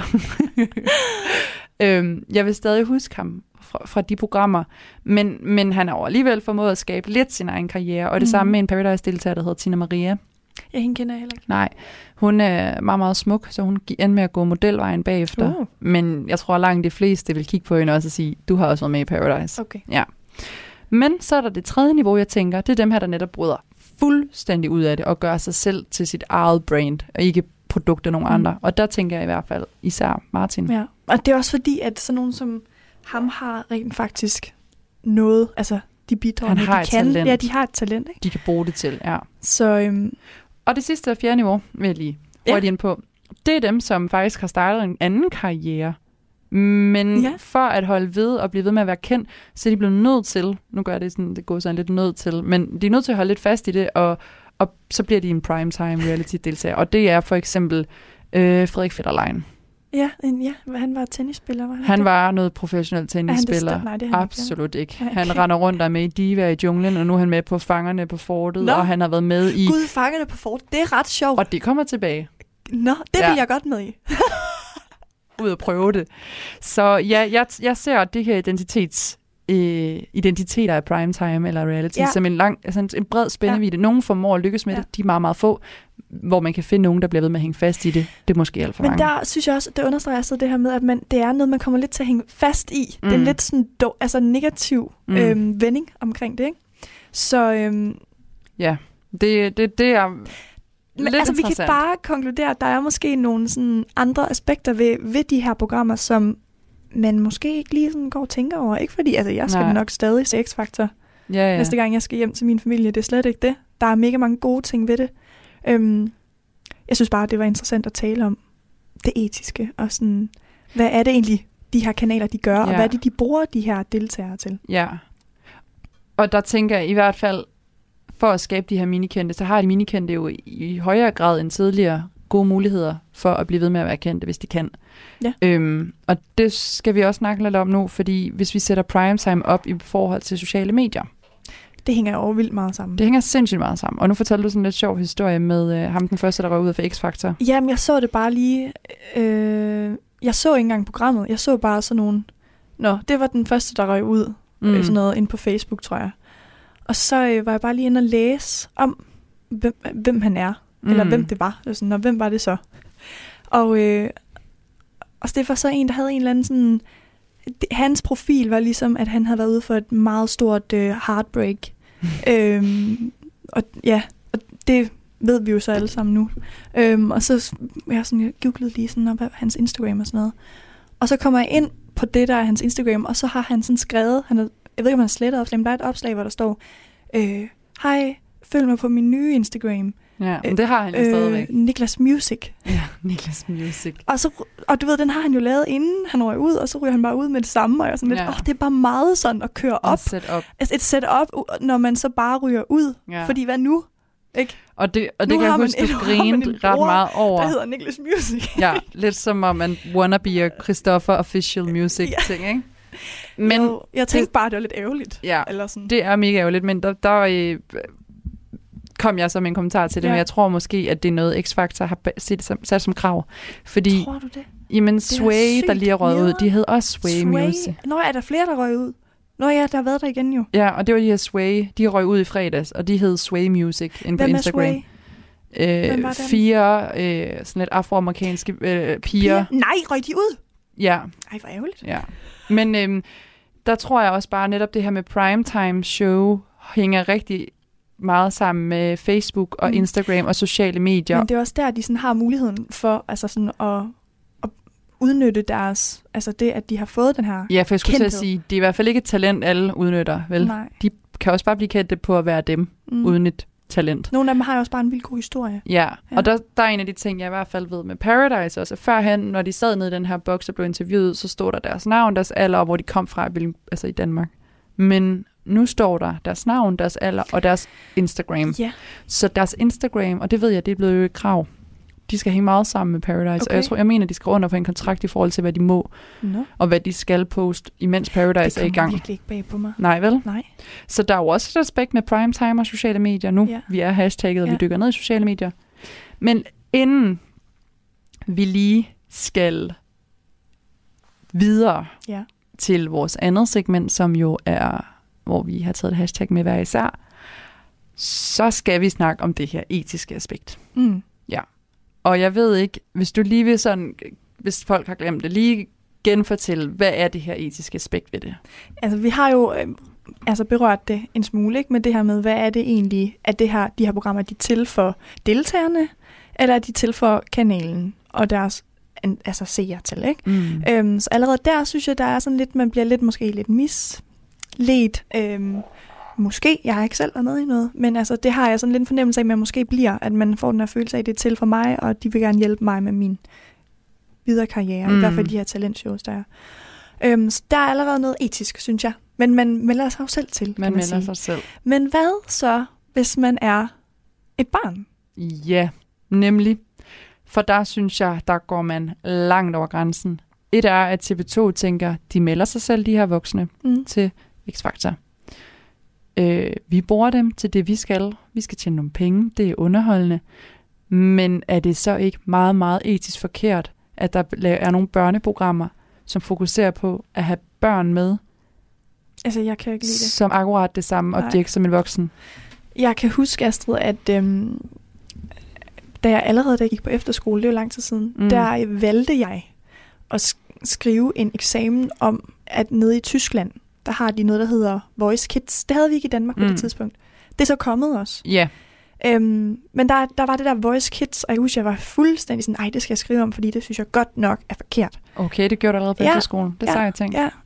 Jeg vil stadig huske ham fra de programmer, men han har alligevel formået at skabe lidt sin egen karriere, og det samme med en Paradise-deltager, der hedder Tina Maria. Ja, hende kender jeg heller ikke. Nej, hun er meget, meget smuk, så hun endte med at gå modelvejen bagefter. Men jeg tror, langt de fleste vil kigge på hende også og sige, du har også været med i Paradise. Okay. Ja. Men så er der det tredje niveau, jeg tænker, det er dem her, der netop bryder fuldstændig ud af det, og gør sig selv til sit eget brand, og ikke produkt af nogen andre. Og der tænker jeg i hvert fald især Martin. Ja, og det er også fordi, at sådan nogen som ham har rent faktisk noget, altså de bidrager, de kan. Talent. Ja, de har et talent, ikke? De kan bruge det til, ja. Så, og det sidste og fjerde niveau, vil jeg lige hurtigt ind på, det er dem, som faktisk har startet en anden karriere, men for at holde ved og blive ved med at være kendt, så er de blevet nødt til, nu gør det sådan, det går sådan lidt nødt til, men de er nødt til at holde lidt fast i det, og så bliver de en primetime reality-deltager, og det er for eksempel Frederik Fetterlein. Ja, han var tennisspiller, var han? Han var noget professionel tennisspiller. Nej, det er han absolut ikke. Okay. Han render rundt der med i Diva i junglen, og nu er han med på Fangerne på Fortet, og han har været med i... Gud, Fangerne på Fortet, det er ret sjovt. Og det kommer tilbage. Nå, det vil jeg godt med i. Ud og prøve det. Så ja, jeg ser det her identiteter af primetime eller reality som en bred spændvidde. Nogle formår at lykkes med det, de er meget, meget få, hvor man kan finde nogen, der bliver ved med at hænge fast i det. Det er måske alt for mange. Men der synes jeg også, det understreger så det her med, at det er noget, man kommer lidt til at hænge fast i. Det er lidt sådan negativ vending omkring det, ikke? Så ja, det er... Men altså, vi kan bare konkludere, at der er måske nogle sådan andre aspekter ved de her programmer, som man måske ikke lige sådan går og tænker over. Ikke fordi, altså jeg skal nok stadig se X-Factor næste gang, jeg skal hjem til min familie. Det er slet ikke det. Der er mega mange gode ting ved det. Jeg synes bare, det var interessant at tale om det etiske, og sådan, hvad er det egentlig, de her kanaler, de gør, og hvad er det, de bruger de her deltagere til? Ja, og der tænker jeg i hvert fald, for at skabe de her minikendte, så har de minikendte jo i højere grad end tidligere gode muligheder for at blive ved med at være kendte, hvis de kan. Ja. Og det skal vi også snakke lidt om nu, fordi hvis vi sætter primetime op i forhold til sociale medier, det hænger jo vildt meget sammen. Det hænger sindssygt meget sammen. Og nu fortæller du sådan en lidt sjov historie med ham den første, der røg ud af X-Factor. Jamen, jeg så det bare lige... jeg så ikke engang programmet. Jeg så bare sådan nogle... det var den første, der røg ud. Sådan noget inde på Facebook, tror jeg. Og så var jeg bare lige inde og læse om, hvem han er. Eller hvem det var. Sådan, og hvem var det så? Og det var så en, der havde en eller anden sådan... Hans profil var ligesom, at han havde været ude for et meget stort heartbreak. Og det ved vi jo så alle sammen nu. Og så jeg googlede lige sådan op hans Instagram og sådan noget. Og så kommer jeg ind på det, der er hans Instagram, og så har han sådan skrevet, jeg ved ikke, om han har slettet opslag, men der er et opslag, hvor der står, hej, følg mig på min nye Instagram. Ja, men det har han jo stadigvæk. Niklas Music. Ja, Niklas Music. Og du ved, den har han jo lavet, inden han røg ud, og så ryger han bare ud med det samme, og jeg sådan lidt, det er bare meget sådan at køre op. Et setup, når man så bare ryger ud. Ja. Fordi hvad nu? Ikke? Og det kan jeg huske, du grinede ret meget over. Der hedder Niklas Music. Ja, lidt som om man wanna be a Christopher Official Music ting, ikke? Men jeg tænkte bare, det var lidt ærgerligt. Ja, eller sådan. Det er mega ærgerligt, men der kom jeg så med en kommentar til det, men jeg tror måske, at det er noget, X-Factor har sat som krav. Fordi, tror du det? Jamen, Sway, der lige er røget ud, de hed også Sway Music. Nå, er der flere, der røg ud? Nå ja, der har været der igen jo. Ja, og det var de her Sway, de røg ud i fredags, og de hed Sway Music inde på Instagram. Hvem var 4 sådan lidt afroamerikanske piger. Nej, røg de ud? Ja. Ej, hvor ærgerligt. Ja. Men der tror jeg også bare netop det her med primetime show hænger rigtig meget sammen med Facebook og Instagram og sociale medier. Men det er også der, de sådan har muligheden for altså sådan at udnytte deres, altså det, at de har fået den her ja, for jeg skulle til at sige, det er i hvert fald ikke et talent, alle udnytter, vel? Nej. De kan også bare blive kendte på at være dem, uden et talent. Nogle af dem har jo også bare en vildt god historie. Ja. Og der er en af de ting, jeg i hvert fald ved med Paradise også. Førhen, når de sad nede i den her boks og blev interviewet, så stod der deres navn, deres alder, og hvor de kom fra, altså i Danmark. Men nu står der deres navn, deres alder og deres Instagram. Ja. Så deres Instagram, og det ved jeg, det er blevet jo et krav. De skal hænge meget sammen med Paradise. Okay. Og jeg mener, de skal under på en kontrakt i forhold til, hvad de må, og hvad de skal poste, imens Paradise er i gang. Det kommer virkelig ikke bag på mig. Nej, vel? Nej. Så der er jo også et aspekt med primetime og sociale medier nu. Ja. Vi er hashtagget, og vi dykker ned i sociale medier. Men inden vi lige skal videre til vores andet segment, som jo er, hvor vi har taget et hashtag med hver især, så skal vi snakke om det her etiske aspekt. Ja. Og jeg ved ikke, hvis du lige vil sådan, hvis folk har glemt det, lige genfortælle, hvad er det her etiske aspekt ved det? Altså, vi har jo berørt det en smule, ikke? Med det her med, hvad er det egentlig, at de her programmer, de er til for deltagerne, eller er de til for kanalen og deres seere til, ikke? Så allerede der, synes jeg, der er sådan lidt, man bliver måske lidt misledt. Måske, jeg har ikke selv været med i noget, men altså, det har jeg sådan lidt en fornemmelse af, at man måske bliver, at man får den her følelse af, at det er til for mig, og de vil gerne hjælpe mig med min videre karriere, i hvert fald de her talentshows, der er. Så der er allerede noget etisk, synes jeg. Men man melder sig jo selv til, man melder sig selv. Men hvad så, hvis man er et barn? Ja, nemlig. For der synes jeg, der går man langt over grænsen. Et er, at TV2 tænker, de melder sig selv, de her voksne, til X-Factor. Vi bruger dem til det, vi skal. Vi skal tjene nogle penge. Det er underholdende. Men er det så ikke meget, meget etisk forkert, at der er nogle børneprogrammer, som fokuserer på at have børn med? Altså, jeg kan ikke lide det. Som akkurat det samme objekt som en voksen. Jeg kan huske, Astrid, at da jeg gik på efterskole, det er jo lang tid siden, der valgte jeg at skrive en eksamen om, at nede i Tyskland, der har de noget, der hedder Voice Kids. Det havde vi ikke i Danmark på det tidspunkt. Det er så kommet også. Ja. Men der var det der Voice Kids, og jeg husker, jeg var fuldstændig sådan, ej, det skal jeg skrive om, fordi det synes jeg godt nok er forkert. Okay, det gjorde du allerede på efterskolen. Det sagde jeg tænkt. Ja,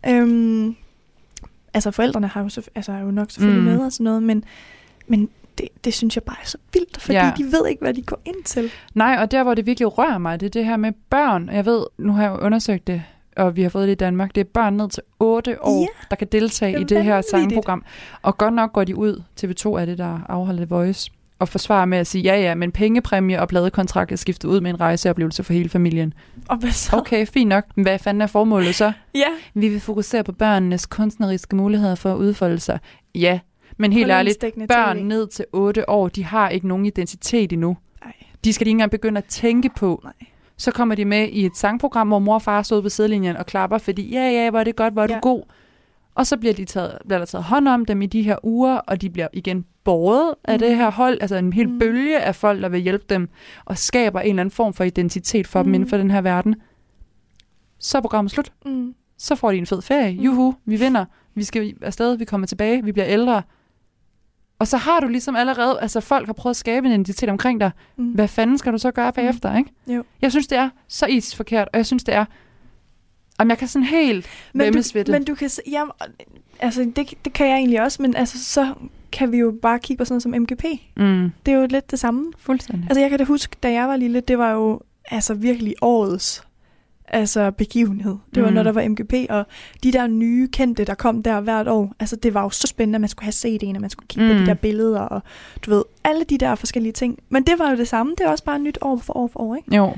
altså forældrene har jo, er jo nok selvfølgelig med og sådan noget, men det synes jeg bare er så vildt, fordi de ved ikke, hvad de går ind til. Nej, og der, hvor det virkelig rører mig, det er det her med børn. Jeg ved, nu har jeg jo undersøgt det, og vi har fået det i Danmark. Det er børn ned til 8 år, der kan deltage i det her sangprogram. Og godt nok går de ud, TV2 er det, der afholder Voice, og forsvarer med at sige, ja, men pengepræmie og pladekontrakt er skiftet ud med en rejseoplevelse for hele familien. Og hvad så? Okay, fint nok. Men hvad fanden er formålet så? Ja. Vi vil fokusere på børnenes kunstneriske muligheder for at udfolde sig. Ja, men helt ærligt, børn ned til 8 år, de har ikke nogen identitet endnu. Ej. De skal ikke engang begynde at tænke på. Nej. Så kommer de med i et sangprogram, hvor mor og far står ude på sidelinjen og klapper, fordi ja, hvor er det godt, hvor er du god. Og så bliver der taget hånd om dem i de her uger, og de bliver igen båret af det her hold, altså en hel bølge af folk, der vil hjælpe dem, og skaber en eller anden form for identitet for dem inden for den her verden. Så er programmet slut. Så får de en fed ferie. Juhu, vi vinder. Vi skal afsted, vi kommer tilbage, vi bliver ældre. Og så har du ligesom allerede, altså folk har prøvet at skabe en identitet omkring dig. Hvad fanden skal du så gøre bagefter, ikke? Jo. Jeg synes, det er så etisk forkert, og jeg synes, det er, jeg kan sådan helt vemmes ved det. Men du kan altså det kan jeg egentlig også, men altså så kan vi jo bare kigge på sådan noget som MGP. Det er jo lidt det samme. Fuldstændig. Altså jeg kan da huske, da jeg var lille, det var jo altså virkelig årets begivenhed. Det var når der var MGP, og de der nye kendte, der kom der hvert år, altså det var jo så spændende, at man skulle have set en, og man skulle kigge på de der billeder, og du ved, alle de der forskellige ting. Men det var jo det samme, det er også bare nyt år for år, ikke? Jo.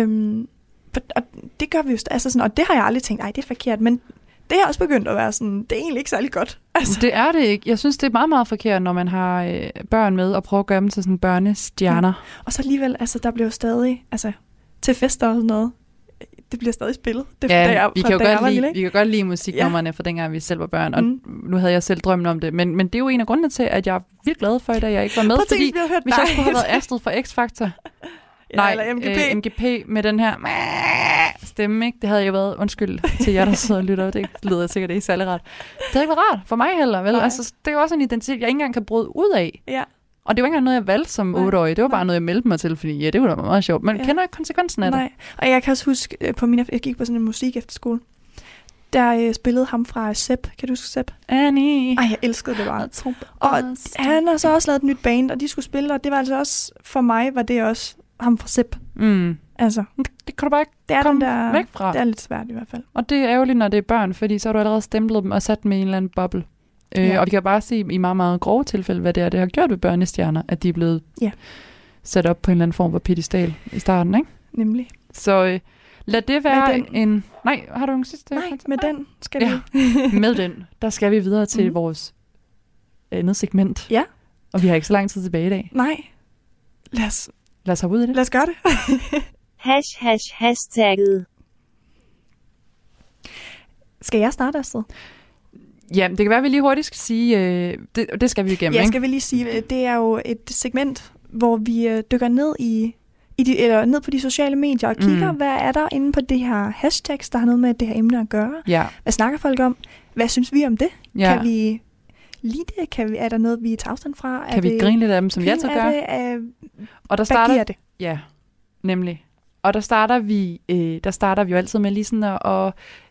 Og det gør vi jo, altså sådan, og det har jeg aldrig tænkt, ej, det er forkert, men det er også begyndt at være sådan, det er egentlig ikke særlig godt. Altså. Det er det ikke. Jeg synes, det er meget, meget forkert, når man har børn med, og prøver at gøre dem til sådan børnestjerner. Ja. Og så alligevel, altså der bliver jo stadig, altså til fester og sådan noget, det bliver stadig spillet. Det, vi kan godt lide musiknummerne fra dengang, vi selv var børn, og nu havde jeg selv drømmen om det. Men det er jo en af grundene til, at jeg er virkelig glad for, at jeg ikke var med, fordi hvis jeg skulle have været Astrid fra X-Factor, eller MGP med den her stemme, ikke? Det havde jo været, undskyld til jer, der sidder og lytter, det lyder sikkert ikke særlig rart. Det havde ikke været rart for mig heller, vel? Altså, det er jo også en identitet, jeg ikke engang kan bryde ud af. Ja. Og det var ikke engang noget, jeg valgte som 8-årig. Det var bare noget, jeg meldte mig til, fordi det var da meget sjovt. Men kender ikke konsekvensen af det? Nej, og jeg kan også huske, jeg gik på sådan en musik efter skole. Der spillede ham fra Sepp. Kan du huske Sepp? Annie. Ej, jeg elskede det bare. Og han har så også lavet et nyt band, og de skulle spille, og det var altså også, for mig var det også ham fra Sepp. Altså, det kan du bare ikke komme væk fra. Det er lidt svært i hvert fald. Og det er ærgerligt, når det er børn, fordi så har du allerede stemplet dem og sat dem i en eller anden boble. Og vi kan bare se i meget, meget grove tilfælde, hvad det har gjort ved børnestjerner, at de er blevet sat op på en eller anden form for pedestal i starten, ikke? Nemlig. Så lad det være en... Nej, har du en sidste? Nej, med den skal vi... med den, der skal vi videre til vores andet segment. Ja. Og vi har ikke så lang tid tilbage i dag. Nej. Lad os hoppe ud i det. Lad os gøre det. #hashtagget. Skal jeg starte, Astrid? Ja, det kan være, at vi lige hurtigt skal sige, det skal vi igennem, ikke? Skal vi lige sige, det er jo et segment, hvor vi dykker ned ned på de sociale medier og kigger, hvad er der inde på det her hashtags, der har noget med det her emne at gøre. Ja. Hvad snakker folk om? Hvad synes vi om det? Ja. Kan vi lide det? Er der noget, vi tager afstand fra? Kan vi grine lidt af dem, som jeg tager gør? Og der starter, hvad giver det? Ja, nemlig. Og der starter vi jo altid med lige sådan at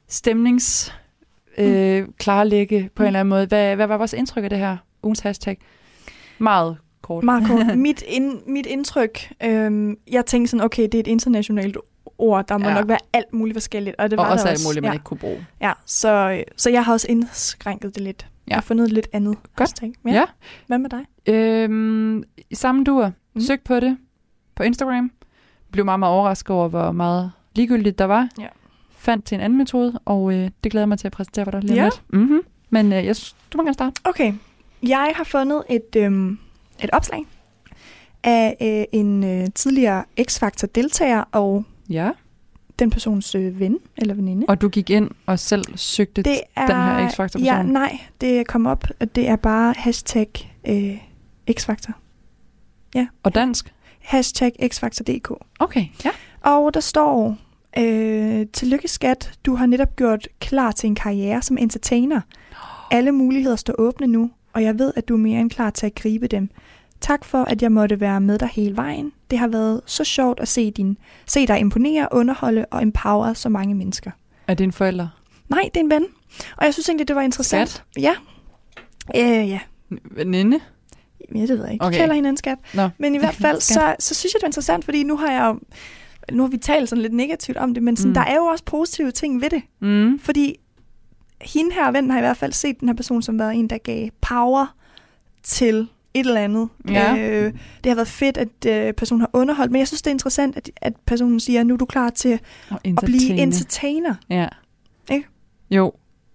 klarlægge på en eller anden måde. Hvad var vores indtryk af det her ugens hashtag? Meget kort. Mit indtryk, jeg tænkte sådan, okay, det er et internationalt ord, der må nok være alt muligt forskelligt. Og det var også der alt muligt, man ikke kunne bruge. Ja, så jeg har også indskrænket det lidt. Jeg har fundet et lidt andet hashtag. Ja. Hvad med dig? I samme duer. Søg på det på Instagram. blev meget, meget overrasket over, hvor meget ligegyldigt der var. Ja. Fandt til en anden metode, og det glæder mig til at præsentere for dig lige lidt. Mm-hmm. Men du må gerne starte. Okay. Jeg har fundet et opslag af en tidligere X-Factor-deltager og den persons ven eller veninde. Og du gik ind og selv søgte den her X-Factor-person? Ja, nej, det kom op, og det er bare hashtag X-Factor. Ja. Og dansk? Hashtag Xfactor.dk. Okay, ja. Og der står, tillykke skat, du har netop gjort klar til en karriere som entertainer. Alle muligheder står åbne nu, og jeg ved, at du er mere end klar til at gribe dem. Tak for, at jeg måtte være med dig hele vejen. Det har været så sjovt at se dig imponere, underholde og empower så mange mennesker. Er det en forælder? Nej, det er en ven. Og jeg synes egentlig, det var interessant. Skat? Ja. Ja. Veninde? Ja, det ved jeg ikke. Okay. Du kalder hinanden skat. Nå. Men i hvert fald, så synes jeg, det er interessant, fordi nu har vi talt sådan lidt negativt om det, men sådan, der er jo også positive ting ved det. Mm. Fordi hende her vennen har i hvert fald set den her person som været en, der gav power til et eller andet. Ja. Det har været fedt, at personen har underholdt, men jeg synes, det er interessant, at personen siger, at nu er du klar til at blive entertainer. Ja. Ikke? Jo.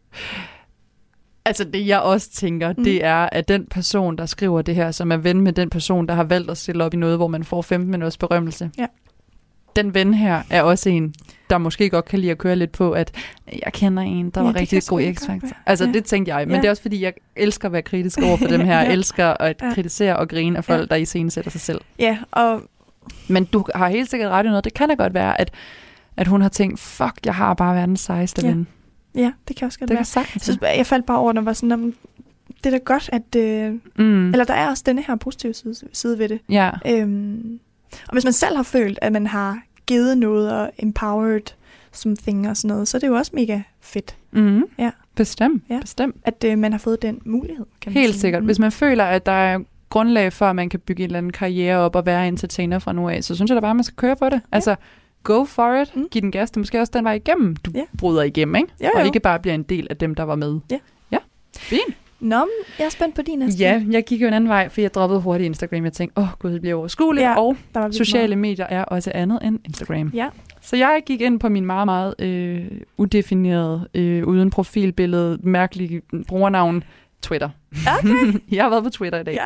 Altså det jeg også tænker, det er, at den person, der skriver det her, som er ven med den person, der har valgt at stille op i noget, hvor man får 15 minutters berømmelse. Ja. Den ven her er også en, der måske godt kan lide at køre lidt på, at jeg kender en, der var rigtig god i X-Factor. Altså det tænkte jeg, men det er også fordi, jeg elsker at være kritisk over for dem her. Jeg elsker at kritisere og grine af folk, der iscenesætter sig selv. Ja, og... Men du har helt sikkert ret i noget. Det kan da godt være, at hun har tænkt, fuck, jeg har bare verdens sejeste ven. Ja, det kan også godt være. Jeg faldt bare over, der var sådan, det er da godt, at... Eller der er også denne her positive side ved det. Ja. Og hvis man selv har følt, at man har givet noget og empowered something og sådan noget, så er det jo også mega fedt. Mm-hmm. Ja. Bestemt. At man har fået den mulighed, kan man helt sige. Sikkert. Hvis man føler, at der er grundlag for, at man kan bygge en eller anden karriere op og være entertainer fra nu af, så synes jeg da bare, at man skal køre på det. Ja. Altså, go for it. Giv den gas. Det er måske også den vej igennem, du bryder igennem, ikke? Jo. Og ikke bare bliver en del af dem, der var med. Ja. Fint. Nå, jeg er spændt på din næste. Ja, jeg gik jo en anden vej, for jeg droppede hurtigt Instagram. Jeg tænkte, gud, det bliver overskueligt. Ja, og sociale medier er også andet end Instagram. Ja. Så jeg gik ind på min meget, meget udefinerede, uden profilbillede, mærkelige brugernavn, Twitter. Okay. Jeg har været på Twitter i dag. Ja.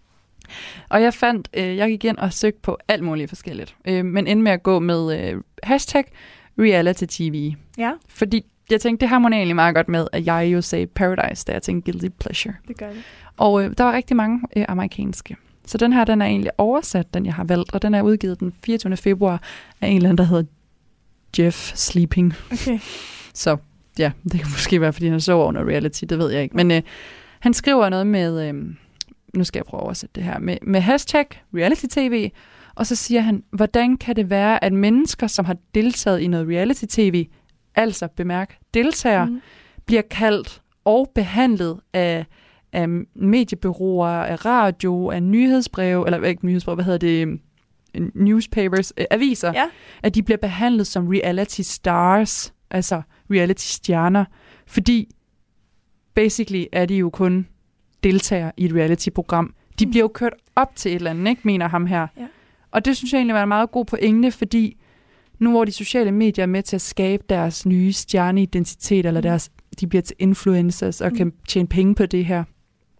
Og jeg gik ind og søgte på alt muligt forskelligt. Men endte med at gå med hashtag reality TV. Ja. Fordi jeg tænkte, det harmonerer egentlig meget godt med, at jeg jo sagde Paradise, da jeg tænkte guilty pleasure. Det gør det. Og der var rigtig mange amerikanske. Så den her, den er egentlig oversat, den jeg har valgt, og den er udgivet den 24. februar af en eller anden, der hedder Jeff Sleeping. Okay. Så ja, det kan måske være, fordi han sover under reality, det ved jeg ikke. Men han skriver noget med, nu skal jeg prøve at oversætte det her, med hashtag reality tv, og så siger han, hvordan kan det være, at mennesker, som har deltaget i noget reality tv, altså bemærk deltager, bliver kaldt og behandlet af mediebureauer, af radio, af nyhedsbreve, eller ikke nyhedsbreve, hvad hedder det, newspapers, aviser, at de bliver behandlet som reality stars, altså reality stjerner, fordi basically er de jo kun deltagere i et reality-program. De bliver jo kørt op til et eller andet, ikke, mener ham her. Ja. Og det synes jeg egentlig var en meget god pointe, fordi nu hvor de sociale medier er med til at skabe deres nye stjerneidentitet, eller de bliver til influencers og kan tjene penge på det her,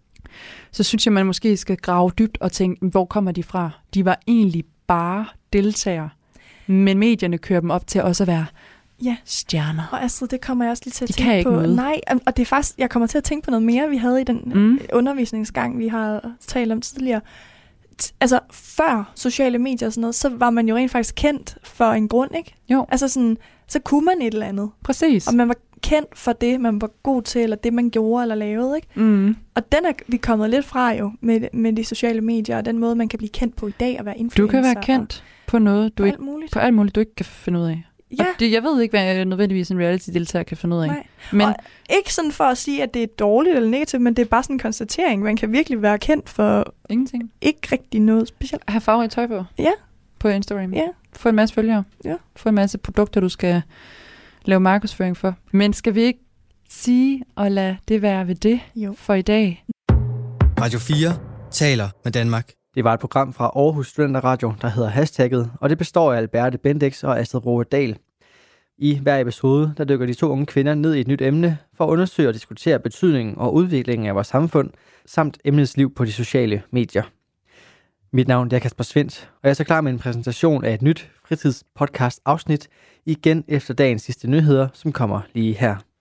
så synes jeg, man måske skal grave dybt og tænke, hvor kommer de fra? De var egentlig bare deltagere, men medierne kører dem op til også at være stjerner. Og Astrid, det kommer jeg også lige til at de tænke på. Noget. Nej, og det er faktisk, jeg kommer til at tænke på noget mere, vi havde i den undervisningsgang, vi har talt om tidligere. Altså, før sociale medier og sådan noget, så var man jo rent faktisk kendt for en grund, ikke? Jo. Altså sådan, så kunne man et eller andet. Præcis. Og man var kendt for det, man var god til, eller det, man gjorde eller lavede, ikke? Mm. Og den er vi kommet lidt fra jo, med de sociale medier, og den måde, man kan blive kendt på i dag, og være influencer. Du kan være kendt på noget, på alt muligt, du ikke kan finde ud af. Ja. Og jeg ved ikke, hvad nødvendigvis en reality-deltager kan finde ud af. Nej. Men og ikke sådan for at sige, at det er dårligt eller negativt, men det er bare sådan en konstatering. Man kan virkelig være kendt for ingenting. Ikke rigtig noget specielt. Have farverigt tøj på? Ja. På Instagram? Ja. Få en masse følgere? Ja. Få en masse produkter, du skal lave markedsføring for. Men skal vi ikke sige og lade det være ved det for i dag? Radio 4 taler med Danmark. Det var et program fra Aarhus Studenterradio, der hedder Hashtagget, og det består af Alberte Bendix og Astrid Roe Dahl. I hver episode, der dykker de to unge kvinder ned i et nyt emne for at undersøge og diskutere betydningen og udviklingen af vores samfund, samt emnets liv på de sociale medier. Mit navn er Kasper Svendt, og jeg er så klar med en præsentation af et nyt fritidspodcast-afsnit igen efter dagens sidste nyheder, som kommer lige her.